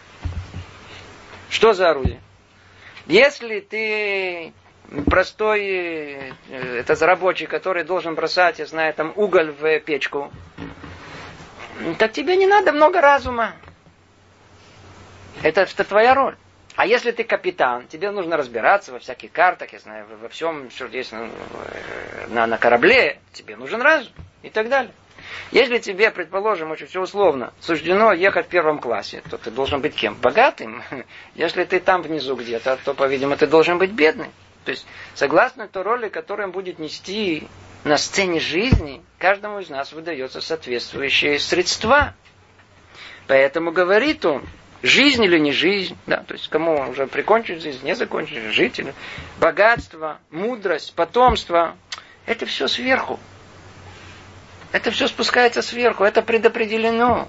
Что за орудие? Если ты простой это рабочий, который должен бросать, я знаю, там уголь в печку, так тебе не надо много разума. Это, это твоя роль. А если ты капитан, тебе нужно разбираться во всяких картах, я знаю, во всем, что есть на, на, на корабле, тебе нужен разум и так далее. Если тебе, предположим, очень все условно, суждено ехать в первом классе, то ты должен быть кем? Богатым. Если ты там внизу где-то, то, по-видимому, ты должен быть бедным. То есть, согласно той роли, которую он будет нести на сцене жизни, каждому из нас выдается соответствующие средства. Поэтому говорит он, жизнь или не жизнь, да, то есть кому уже прикончить жизнь, не закончить, жить или богатство, мудрость, потомство, это все сверху. Это все спускается сверху, это предопределено.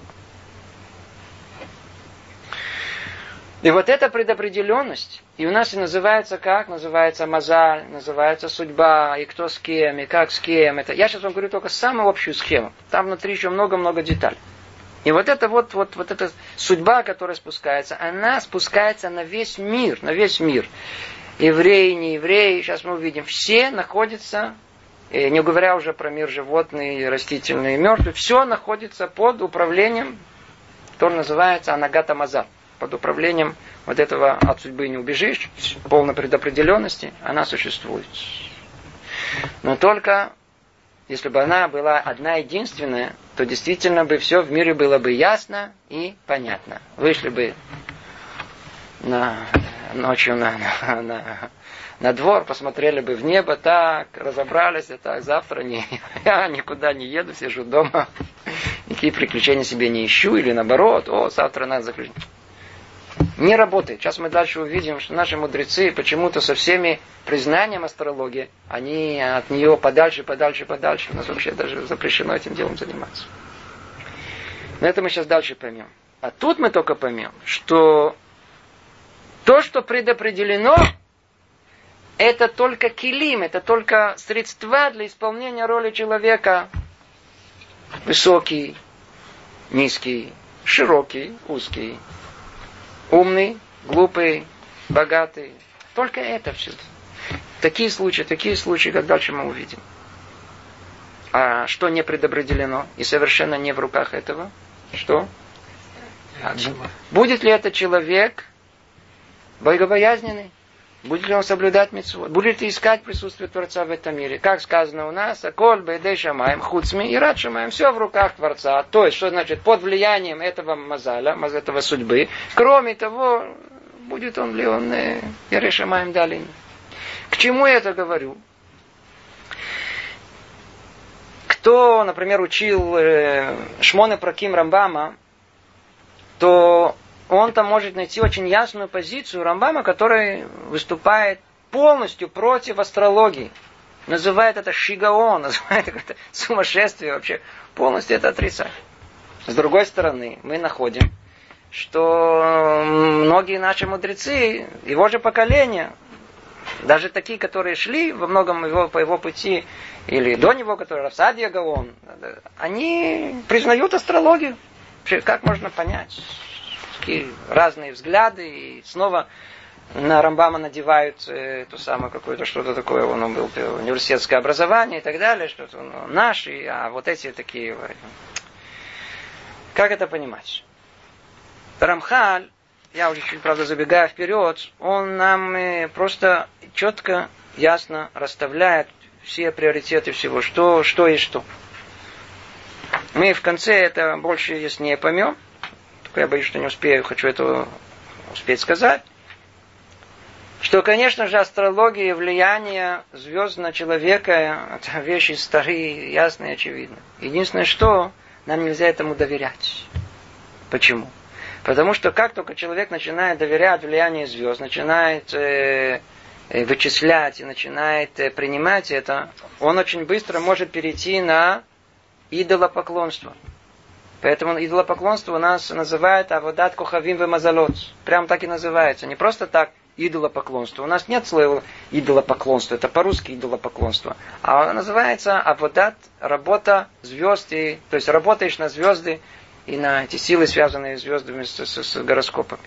И вот эта предопределенность, и у нас и называется как? Называется мазаль, называется судьба, и кто с кем, и как с кем. Это, я сейчас вам говорю только самую общую схему. Там внутри еще много-много деталей. И вот эта вот, вот, вот эта судьба, которая спускается, она спускается на весь мир, на весь мир. Евреи, не евреи, сейчас мы увидим, все находятся, не говоря уже про мир животный, растительный и мертвый, все находится под управлением, который называется анагата мазаль. Под управлением вот этого от судьбы не убежишь, полной предопределенности, она существует. Но только, если бы она была одна единственная, то действительно бы все в мире было бы ясно и понятно. Вышли бы на, ночью на, на, на, на двор, посмотрели бы в небо, так, разобрались, а так, завтра не, я никуда не еду, сижу дома, никакие приключения себе не ищу, или наоборот, о, завтра надо заключить. Не работает. Сейчас мы дальше увидим, что наши мудрецы почему-то со всеми признанием астрологии, они от нее подальше, подальше, подальше. У нас вообще даже запрещено этим делом заниматься. Но это мы сейчас дальше поймем. А тут мы только поймем, что то, что предопределено, это только килим, это только средства для исполнения роли человека. Высокий, низкий, широкий, узкий. Умный, глупый, богатый. Только это все. Такие случаи, такие случаи, как дальше мы увидим. А что не предопределено и совершенно не в руках этого? Что? Будет ли этот человек богобоязненный? Будет ли он соблюдать мицвот? Будет ли искать присутствие Творца в этом мире? Как сказано у нас, «Аколь бейдей шамаем, хуцми и рад шамаем». Все в руках Творца. То есть, что значит, под влиянием этого мазаля, этого судьбы. Кроме того, будет он ли он ярей шамаем далее. К чему я это говорю? Кто, например, учил Шмоне Праким Рамбама, то он там может найти очень ясную позицию Рамбама, который выступает полностью против астрологии. Называет это шигаон, называет это сумасшествие вообще. Полностью это отрицает. С другой стороны, мы находим, что многие наши мудрецы, его же поколения, даже такие, которые шли во многом его, по его пути, или до него, которые Равсадия Гаон, они признают астрологию. Вообще, как можно понять? Такие разные взгляды, и снова на Рамбама надевают э, то самое какое-то что-то такое, он был университетское образование и так далее, что-то ну, наши, а вот эти такие. Как это понимать? Рамхаль, я уже чуть, правда, забегая вперед, он нам э, просто четко, ясно расставляет все приоритеты всего, что, что и что. Мы в конце это больше яснее поймем. Я боюсь, что не успею, хочу это успеть сказать. Что, конечно же, астрология и влияние звезд на человека, это вещи старые, ясные и очевидны. Единственное, что нам нельзя этому доверять. Почему? Потому что как только человек начинает доверять влиянию звезд, начинает э, э, вычислять и начинает э, принимать это, он очень быстро может перейти на идолопоклонство. Поэтому идолопоклонство у нас называют аводат кохавим ве мазалот. Прям так и называется. Не просто так идолопоклонство. У нас нет слова идолопоклонства. Это по-русски идолопоклонство. А называется аводат, работа звезд. И, то есть работаешь на звезды и на эти силы, связанные с звездами, с, с, с гороскопом.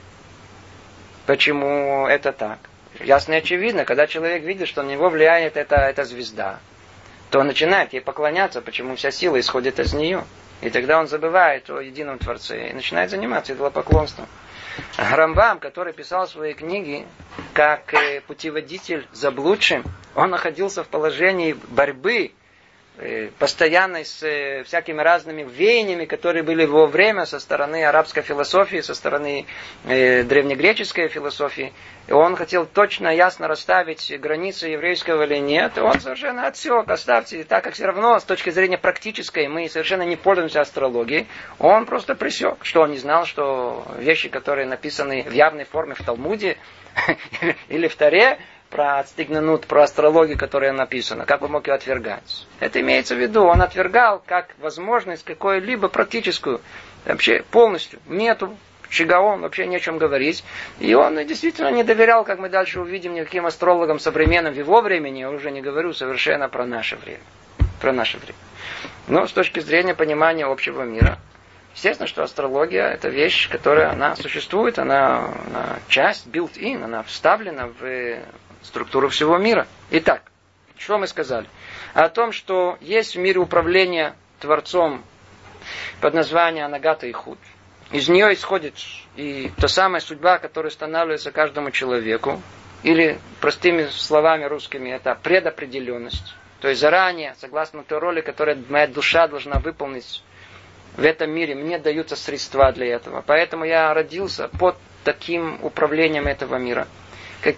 Почему это так? Ясно и очевидно. Когда человек видит, что на него влияет эта, эта звезда, то он начинает ей поклоняться. Почему вся сила исходит из нее. И тогда он забывает о едином Творце и начинает заниматься идолопоклонством. Рамбам, который писал свои книги как путеводитель заблудшим, он находился в положении борьбы постоянной с всякими разными веяниями, которые были в его время со стороны арабской философии, со стороны древнегреческой философии. И он хотел точно, ясно расставить границы еврейского или нет. И он совершенно отсек, оставьте, так как все равно с точки зрения практической мы совершенно не пользуемся астрологией. Он просто пресек, что он не знал, что вещи, которые написаны в явной форме в Талмуде или в Торе, про ацтигнанут, про астрологию, которая написана. Как он мог ее отвергать? Это имеется в виду. Он отвергал как возможность какую-либо практическую. Вообще полностью. Нету. Шигаон, вообще не о чем говорить. И он действительно не доверял, как мы дальше увидим, никаким астрологам современным в его времени. Я уже не говорю совершенно про наше время. Про наше время. Но с точки зрения понимания общего мира, естественно, что астрология это вещь, которая она существует, она, она часть, built-in, она вставлена в структуру всего мира. Итак, что мы сказали? О том, что есть в мире управление Творцом под названием Анагата и Худ. Из нее исходит и та самая судьба, которая устанавливается каждому человеку. Или, простыми словами русскими, это предопределенность. То есть заранее, согласно той роли, которую моя душа должна выполнить в этом мире, мне даются средства для этого. Поэтому я родился под таким управлением этого мира. Как...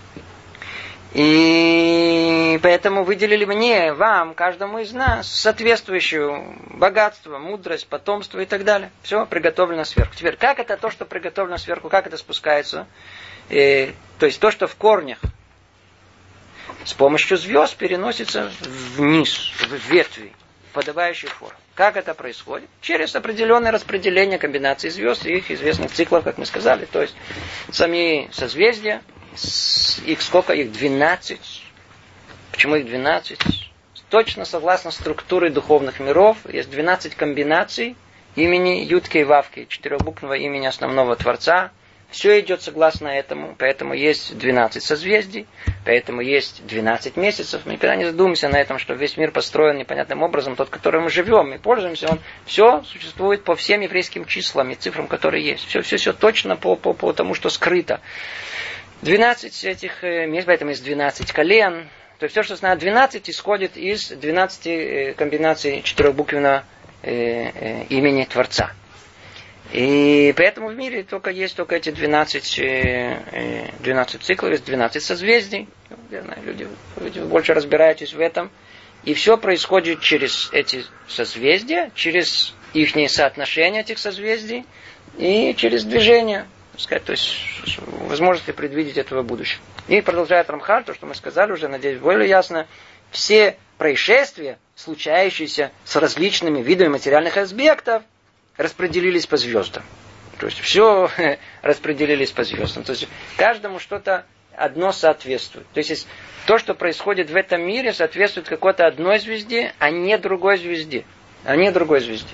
И поэтому выделили мне, вам, каждому из нас соответствующее богатство, мудрость, потомство и так далее. Все приготовлено сверху. Теперь, как это то, что приготовлено сверху, как это спускается? И, то есть то, что в корнях с помощью звезд переносится вниз, в ветви, подобающей формы. Как это происходит? Через определенное распределение комбинаций звезд и их известных циклов, как мы сказали. То есть сами созвездия, их сколько? Их двенадцать. Почему их двенадцать? Точно согласно структуре духовных миров, есть двенадцать комбинаций имени Ютки и Вавки, четырехбуквенного имени основного Творца. Все идет согласно этому, поэтому есть двенадцать созвездий, поэтому есть двенадцать месяцев. Мы никогда не задумаемся на этом, что весь мир построен непонятным образом, тот, которым мы живем и пользуемся, он все существует по всем еврейским числам и цифрам, которые есть. Все, все, все точно по, по, по тому, что скрыто. двенадцать этих мест, поэтому есть двенадцать колен. То есть все, что знает двенадцать, исходит из двенадцати комбинаций четырехбуквенного имени Творца. И поэтому в мире только есть только эти двенадцать, двенадцать циклов, есть двенадцать созвездий. Я знаю, люди, люди больше разбираетесь в этом. И все происходит через эти созвездия, через их соотношение этих созвездий и через движение. Сказать, то есть возможности предвидеть этого будущего. И продолжает Рамхаль, то, что мы сказали уже, надеюсь, более ясно. Все происшествия, случающиеся с различными видами материальных аспектов, распределились по звездам. То есть все распределились по звездам. То есть каждому что-то одно соответствует. То есть то, что происходит в этом мире, соответствует какой-то одной звезде, а не другой звезде. А не другой звезде.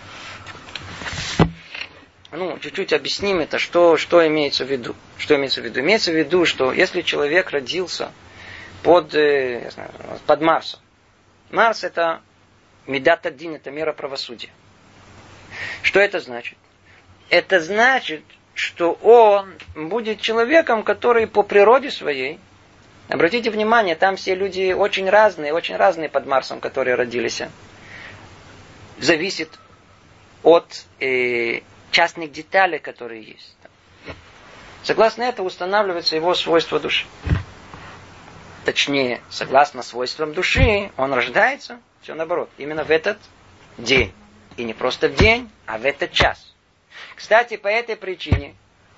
Ну, чуть-чуть объясним это, что, что имеется в виду. Что имеется в виду? Имеется в виду, что если человек родился под, я знаю, под Марсом. Марс это Мидат Адин, это мера правосудия. Что это значит? Это значит, что он будет человеком, который по природе своей, обратите внимание, там все люди очень разные, очень разные под Марсом, которые родились, зависит от э, частных деталей, которые есть. Согласно этому устанавливается его свойство души. Точнее, согласно свойствам души, он рождается, все наоборот, именно в этот день. И не просто в день, а в этот час. Кстати, по этой причине,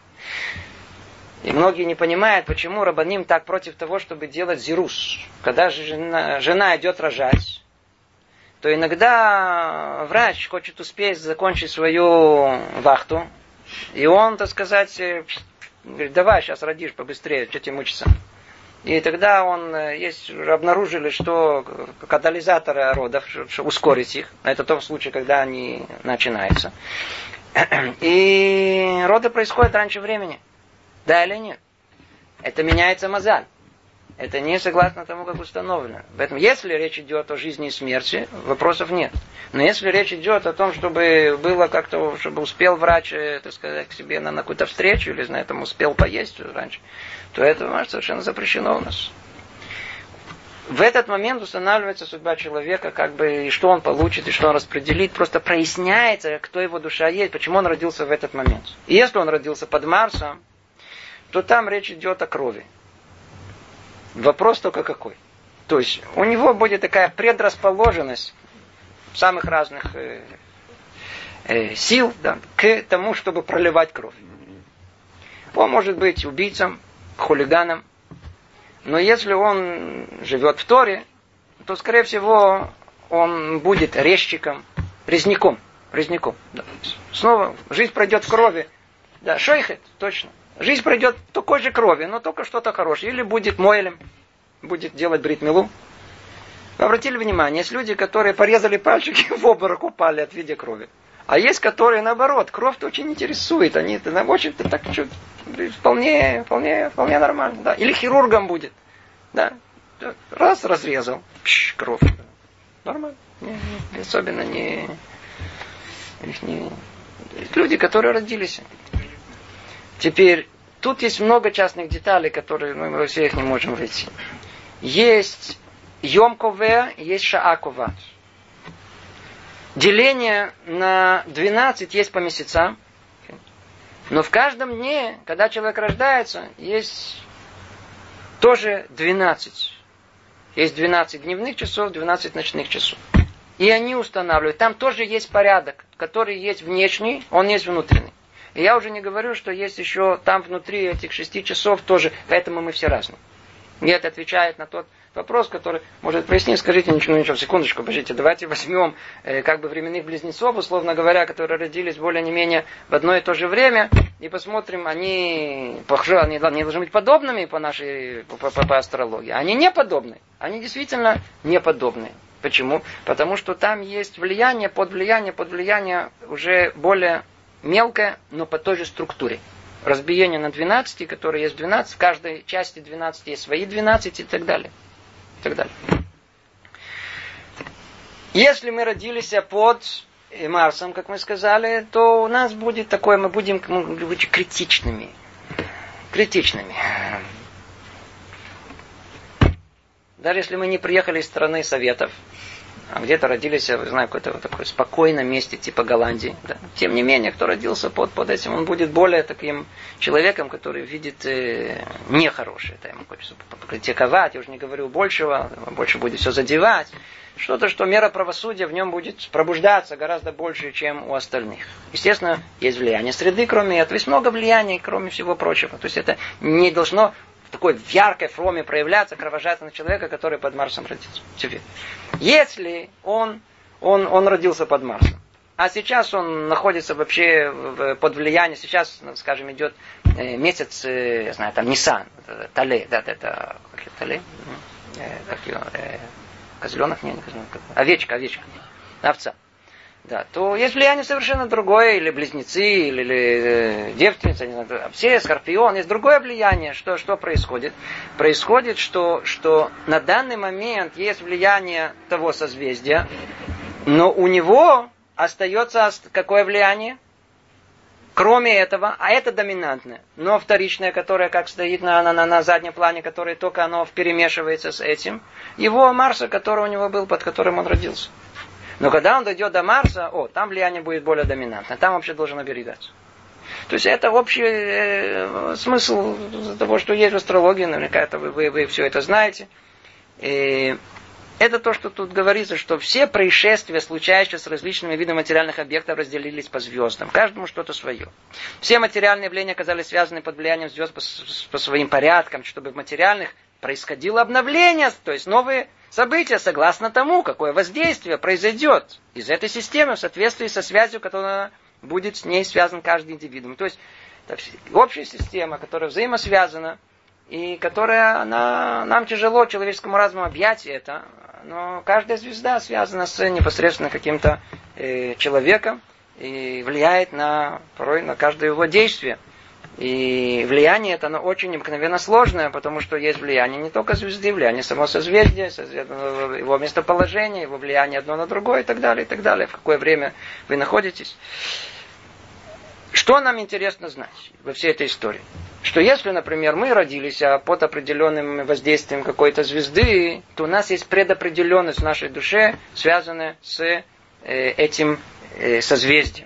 и многие не понимают, почему рабаним так против того, чтобы делать зирус. Когда жена, жена идет рожать, то иногда врач хочет успеть закончить свою вахту, и он, так сказать, говорит, давай, сейчас родишь побыстрее, что тебе мучиться. И тогда он, есть, обнаружили, что катализаторы родов, что ускорить их, это в том случае, когда они начинаются. И роды происходят раньше времени. Да или нет? Это меняется мазаль. Это не согласно тому, как установлено. Поэтому, если речь идет о жизни и смерти, вопросов нет. Но если речь идет о том, чтобы было как-то, чтобы успел врач, так сказать, к себе на, на какую-то встречу, или, знаете, там, успел поесть раньше, то это совершенно запрещено у нас. В этот момент устанавливается судьба человека, как бы, и что он получит, и что он распределит. Просто проясняется, кто его душа есть, почему он родился в этот момент. И если он родился под Марсом, то там речь идет о крови. Вопрос только какой. То есть у него будет такая предрасположенность самых разных э, э, сил, да, к тому, чтобы проливать кровь. Он может быть убийцем, хулиганом, но если он живет в Торе, то, скорее всего, он будет резчиком, резняком. резняком да. Снова жизнь пройдет в крови. Да, шейхет, точно. Жизнь пройдет в такой же крови, но только что-то хорошее. Или будет моэлем, будет делать брит милу. Вы обратили внимание, есть люди, которые порезали пальчики, в обморок упали от вида крови. А есть, которые наоборот, кровь-то очень интересует. Они нам очень-то так чуть, вполне, вполне, вполне нормально. Да. Или хирургом будет. Да. Раз разрезал, пш, кровь. Нормально. Не, не, особенно не, не... Люди, которые родились. Теперь, тут есть много частных деталей, которые мы во всех не можем войти. Есть Йом Кове, есть Шаа Кова. Деление на двенадцать есть по месяцам. Но в каждом дне, когда человек рождается, есть тоже двенадцать. Есть двенадцать дневных часов, двенадцать ночных часов. И они устанавливают. Там тоже есть порядок, который есть внешний, он есть внутренний. И я уже не говорю, что есть еще там внутри этих шести часов тоже, поэтому мы все разные. И это отвечает на тот вопрос, который может прояснить. Скажите, ничего, ничего, секундочку, подождите, давайте возьмем э, как бы временных близнецов, условно говоря, которые родились более-менее в одно и то же время, и посмотрим, они, похоже, они не должны быть подобными по нашей, по, по, по астрологии. Они не подобны. Они действительно не подобны. Почему? Потому что там есть влияние, под влияние, под влияние уже более мелкое, но по той же структуре. Разбиение на двенадцать, которые есть двенадцать, в каждой части двенадцать есть свои двенадцать и так далее. И так далее. Если мы родились под Марсом, как мы сказали, то у нас будет такое, мы будем мы будем критичными. Критичными. Даже если мы не приехали из страны Советов, а где-то родились, я знаю, в какой-то вот такой спокойном месте, типа Голландии. Да. Тем не менее, кто родился под, под этим, он будет более таким человеком, который видит э, нехорошее. Это ему хочется критиковать, я уже не говорю большего, больше будет все задевать. Что-то, что мера правосудия в нем будет пробуждаться гораздо больше, чем у остальных. Естественно, есть влияние среды, кроме этого. Есть много влияний, кроме всего прочего. То есть это не должно в такой в яркой форме проявляться кровожадно человека, который под Марсом родился. Теперь, если он, он, он родился под Марсом, а сейчас он находится вообще под влиянием, сейчас, скажем, идет месяц, я знаю, там Нисан, Тале, да, это, как это, Тале? Как его, козленок, не, не козленок, овечка, овечка, овца. Да, то есть влияние совершенно другое, или близнецы, или, или девственница, не знаю, все, скорпион, есть другое влияние. Что, что происходит? Происходит, что, что на данный момент есть влияние того созвездия, но у него остается какое влияние? Кроме этого, а это доминантное, но вторичное, которое как стоит на, на, на заднем плане, которое только оно перемешивается с этим, его Марса, который у него был, под которым он родился. Но когда он дойдет до Марса, о, там влияние будет более доминантное. Там вообще должен оберегаться. То есть это общий э, смысл того, что есть в астрологии. Наверняка это вы, вы, вы все это знаете. И это то, что тут говорится, что все происшествия, случающиеся с различными видами материальных объектов, разделились по звездам. Каждому что-то свое. Все материальные явления оказались связаны под влиянием звезд по, по своим порядкам, чтобы в материальных происходило обновление, то есть новые события, согласно тому, какое воздействие произойдет из этой системы в соответствии со связью, которая будет с ней связан каждый индивидуум. То есть это общая система, которая взаимосвязана, и которая, она, нам тяжело человеческому разуму объять это, но каждая звезда связана с непосредственно каким-то э, человеком и влияет на, порой на каждое его действие. И влияние это, оно очень необыкновенно сложное, потому что есть влияние не только звезды, влияние само созвездия, его местоположение, его влияние одно на другое и так далее, и так далее. В какое время вы находитесь. Что нам интересно знать во всей этой истории? Что если, например, мы родились под определенным воздействием какой-то звезды, то у нас есть предопределенность в нашей душе, связанная с э, этим э, созвездием.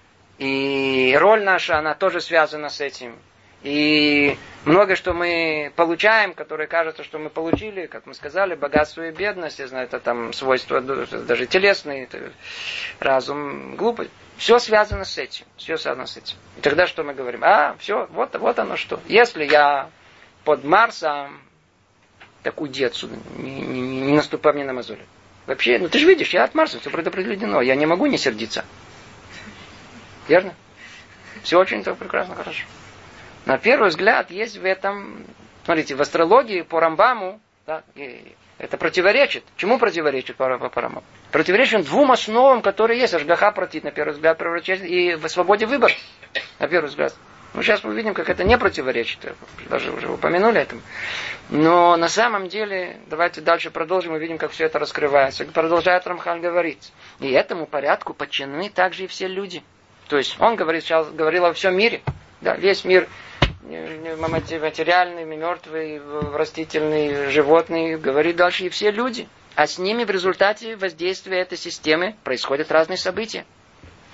И роль наша, она тоже связана с этим. И многое, что мы получаем, которое кажется, что мы получили, как мы сказали, богатство и бедность, я знаю, это там свойства даже телесные, разум, глупость. Все связано с этим. Все связано с этим. И тогда что мы говорим? А, все, вот, вот оно что. Если я под Марсом, так уйди отсюда, не, не, не наступай мне на мозоли. Вообще, ну ты же видишь, я от Марса, все предопределено, я не могу не сердиться. Верно? Все очень так прекрасно, хорошо. На первый взгляд есть в этом, смотрите, в астрологии по Рамбаму, да, это противоречит. Чему противоречит по, по, по Рамбаму? Противоречит двум основам, которые есть. Ашгаха протит, на первый взгляд, превращается, и в свободе выбора, на первый взгляд. Ну, сейчас мы увидим, как это не противоречит. Даже уже упомянули это. Но на самом деле, давайте дальше продолжим, увидим, как все это раскрывается. Продолжает Рамхаль говорить. И этому порядку подчинены также и все люди. То есть он говорит, сейчас говорил о всем мире. Да, весь мир материальный, мертвый, растительный, животный, говорит дальше и все люди. А с ними в результате воздействия этой системы происходят разные события.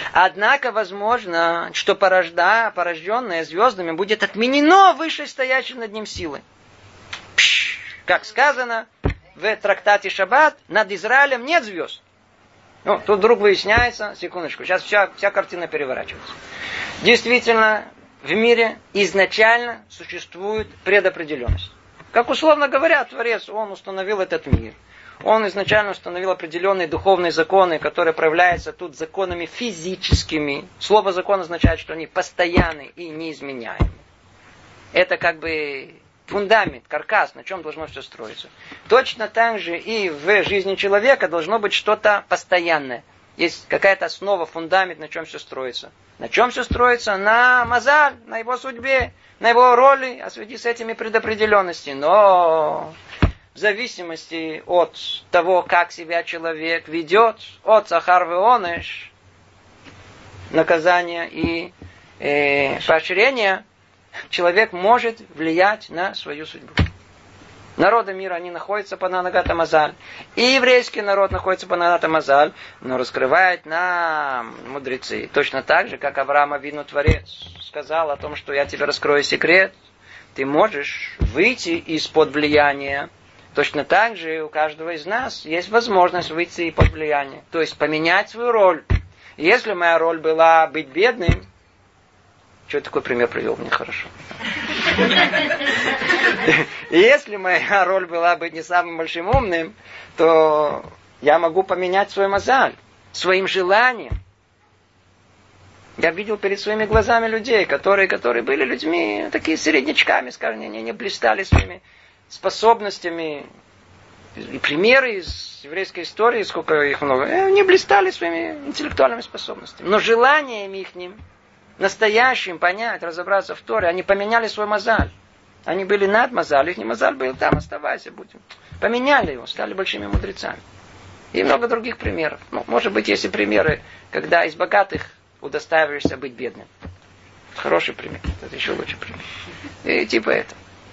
Однако, возможно, что порожда, порожденное звездами будет отменено вышестоящей над ним силой. Пш, как сказано в трактате Шаббат, над Израилем нет звезд. Ну, тут вдруг выясняется, секундочку, сейчас вся, вся картина переворачивается. Действительно, в мире изначально существует предопределенность. Как условно говоря, Творец, он установил этот мир. Он изначально установил определенные духовные законы, которые проявляются тут законами физическими. Слово закон означает, что они постоянны и неизменяемы. Это как бы фундамент, каркас, на чем должно все строиться. Точно так же и в жизни человека должно быть что-то постоянное. Есть какая-то основа, фундамент, на чем все строится. На чем все строится? На мазаль, на его судьбе, на его роли, а в связи с этими предопределенности. Но в зависимости от того, как себя человек ведет, от сахар веонеш, наказания и э, поощрения, человек может влиять на свою судьбу. Народы мира, они находятся под Нагата Мазаль. И еврейский народ находится под Нагата Мазаль, но раскрывает нам мудрецы. Точно так же, как Авраам Авину Творец сказал о том, что я тебе раскрою секрет. Ты можешь выйти из-под влияния. Точно так же у каждого из нас есть возможность выйти из-под влияния. То есть поменять свою роль. Если моя роль была быть бедным, что такой пример привел мне хорошо. И если моя роль была быть не самым большим умным, то я могу поменять свой мазаль, своим желанием. Я видел перед своими глазами людей, которые, которые были людьми такие середнячками, скажем, они не блистали своими способностями. И примеры из еврейской истории, сколько их много, не блистали своими интеллектуальными способностями. Но желанием ихним, настоящим понять, разобраться в Торе, они поменяли свой мазаль. Они были над мазаль, их не мазаль был там, оставайся, будем. Поменяли его, стали большими мудрецами. И много других примеров. Ну, может быть, есть и примеры, когда из богатых удостаиваешься быть бедным. Хороший пример. Это еще лучший пример. И типа это.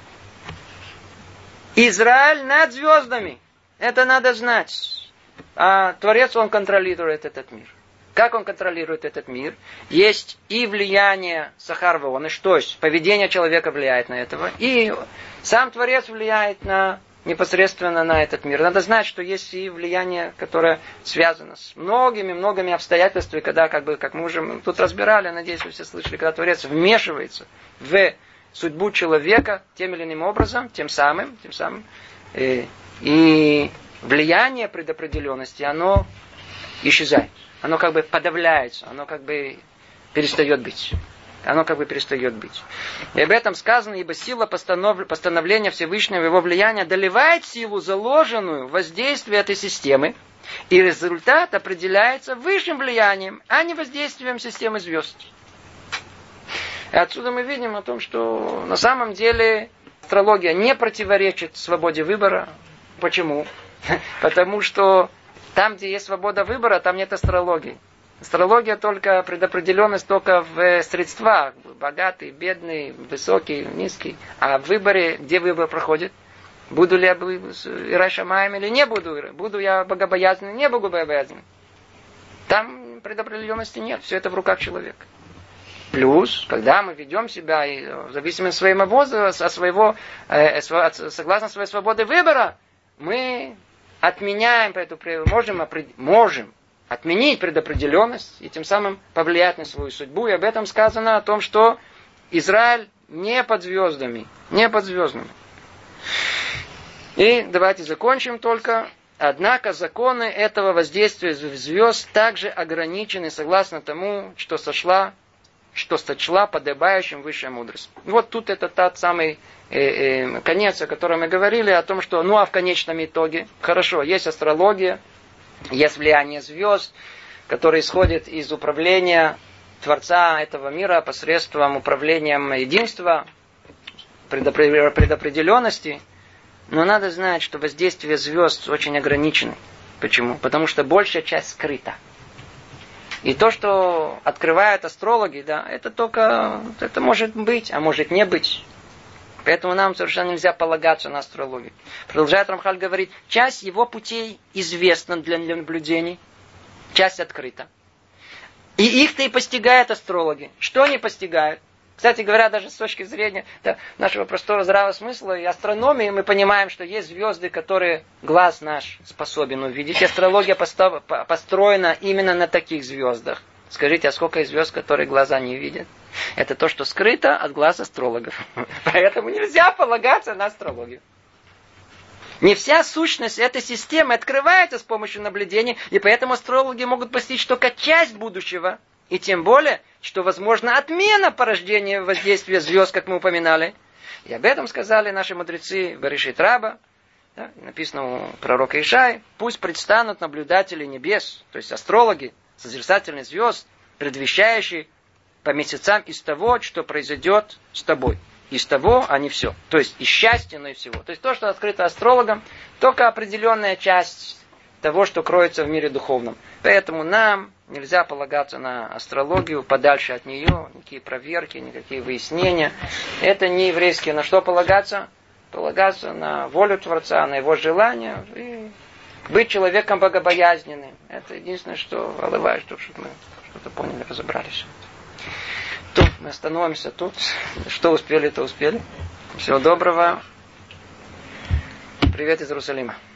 Израиль над звездами. Это надо знать. А Творец, он контролирует этот мир. Как он контролирует этот мир? Есть и влияние сахар веонеш, то есть поведение человека влияет на этого, и сам Творец влияет на, непосредственно на этот мир. Надо знать, что есть и влияние, которое связано с многими-многими обстоятельствами, когда, как бы, как мы уже тут разбирали, надеюсь, вы все слышали, когда Творец вмешивается в судьбу человека тем или иным образом, тем самым, тем самым, и, и влияние предопределенности, оно исчезает. Оно как бы подавляется, оно как бы перестает быть. Оно как бы перестает быть. И об этом сказано, ибо сила постанов... постановления Всевышнего, его влияния одолевает силу, заложенную в воздействии этой системы, и результат определяется высшим влиянием, а не воздействием системы звезд. И отсюда мы видим о том, что на самом деле астрология не противоречит свободе выбора. Почему? Потому что там, где есть свобода выбора, там нет астрологии. Астрология только предопределенность только в средствах. Богатый, бедный, высокий, низкий. А в выборе, где выбор проходит? Буду ли я Ирай Шамаем или не буду? Буду я богобоязненным, не богобоязненным? Там предопределенности нет. Все это в руках человека. Плюс, когда мы ведем себя, и в зависимости от своего возраста, от своего, э, согласно своей свободе выбора, мы отменяем эту, можем, можем отменить предопределенность и тем самым повлиять на свою судьбу. И об этом сказано о том, что Израиль не под звездами. Не под звездами. И давайте закончим только. Однако законы этого воздействия звезд также ограничены согласно тому, что сошла, что сочла подобающим высшая мудрость. Вот тут это тот самый э, э, конец, о котором мы говорили, о том, что, ну а в конечном итоге, хорошо, есть астрология, есть влияние звезд, которое исходит из управления Творца этого мира посредством управлением единства, предопределенности. Но надо знать, что воздействие звезд очень ограничено. Почему? Потому что большая часть скрыта. И то, что открывают астрологи, да, это только, это может быть, а может не быть. Поэтому нам совершенно нельзя полагаться на астрологию. Продолжает Рамхаль говорить, часть его путей известна для наблюдений, часть открыта. И их-то и постигают астрологи. Что они постигают? Кстати говоря, даже с точки зрения да, нашего простого здравого смысла и астрономии, мы понимаем, что есть звезды, которые глаз наш способен увидеть. И астрология построена именно на таких звездах. Скажите, а сколько есть звезд, которые глаза не видят? Это то, что скрыто от глаз астрологов. Поэтому нельзя полагаться на астрологию. Не вся сущность этой системы открывается с помощью наблюдений, и поэтому астрологи могут постичь только часть будущего. И тем более, что возможна отмена порождения воздействия звезд, как мы упоминали. И об этом сказали наши мудрецы Берешит Раба. Да, написано у пророка Ишаи. Пусть предстанут наблюдатели небес, то есть астрологи, созерцательных звезд, предвещающие по месяцам из того, что произойдет с тобой. Из того, а не все. То есть из счастья, но и всего. То есть то, что открыто астрологам, только определенная часть того, что кроется в мире духовном. Поэтому нам нельзя полагаться на астрологию, подальше от нее, никакие проверки, никакие выяснения. Это не еврейские. На что полагаться? Полагаться на волю Творца, на его желание. И быть человеком богобоязненным. Это единственное, что Аллах, чтобы мы что-то поняли, разобрались. Тут мы остановимся тут. Что успели, то успели. Всего доброго. Привет из Иерусалима.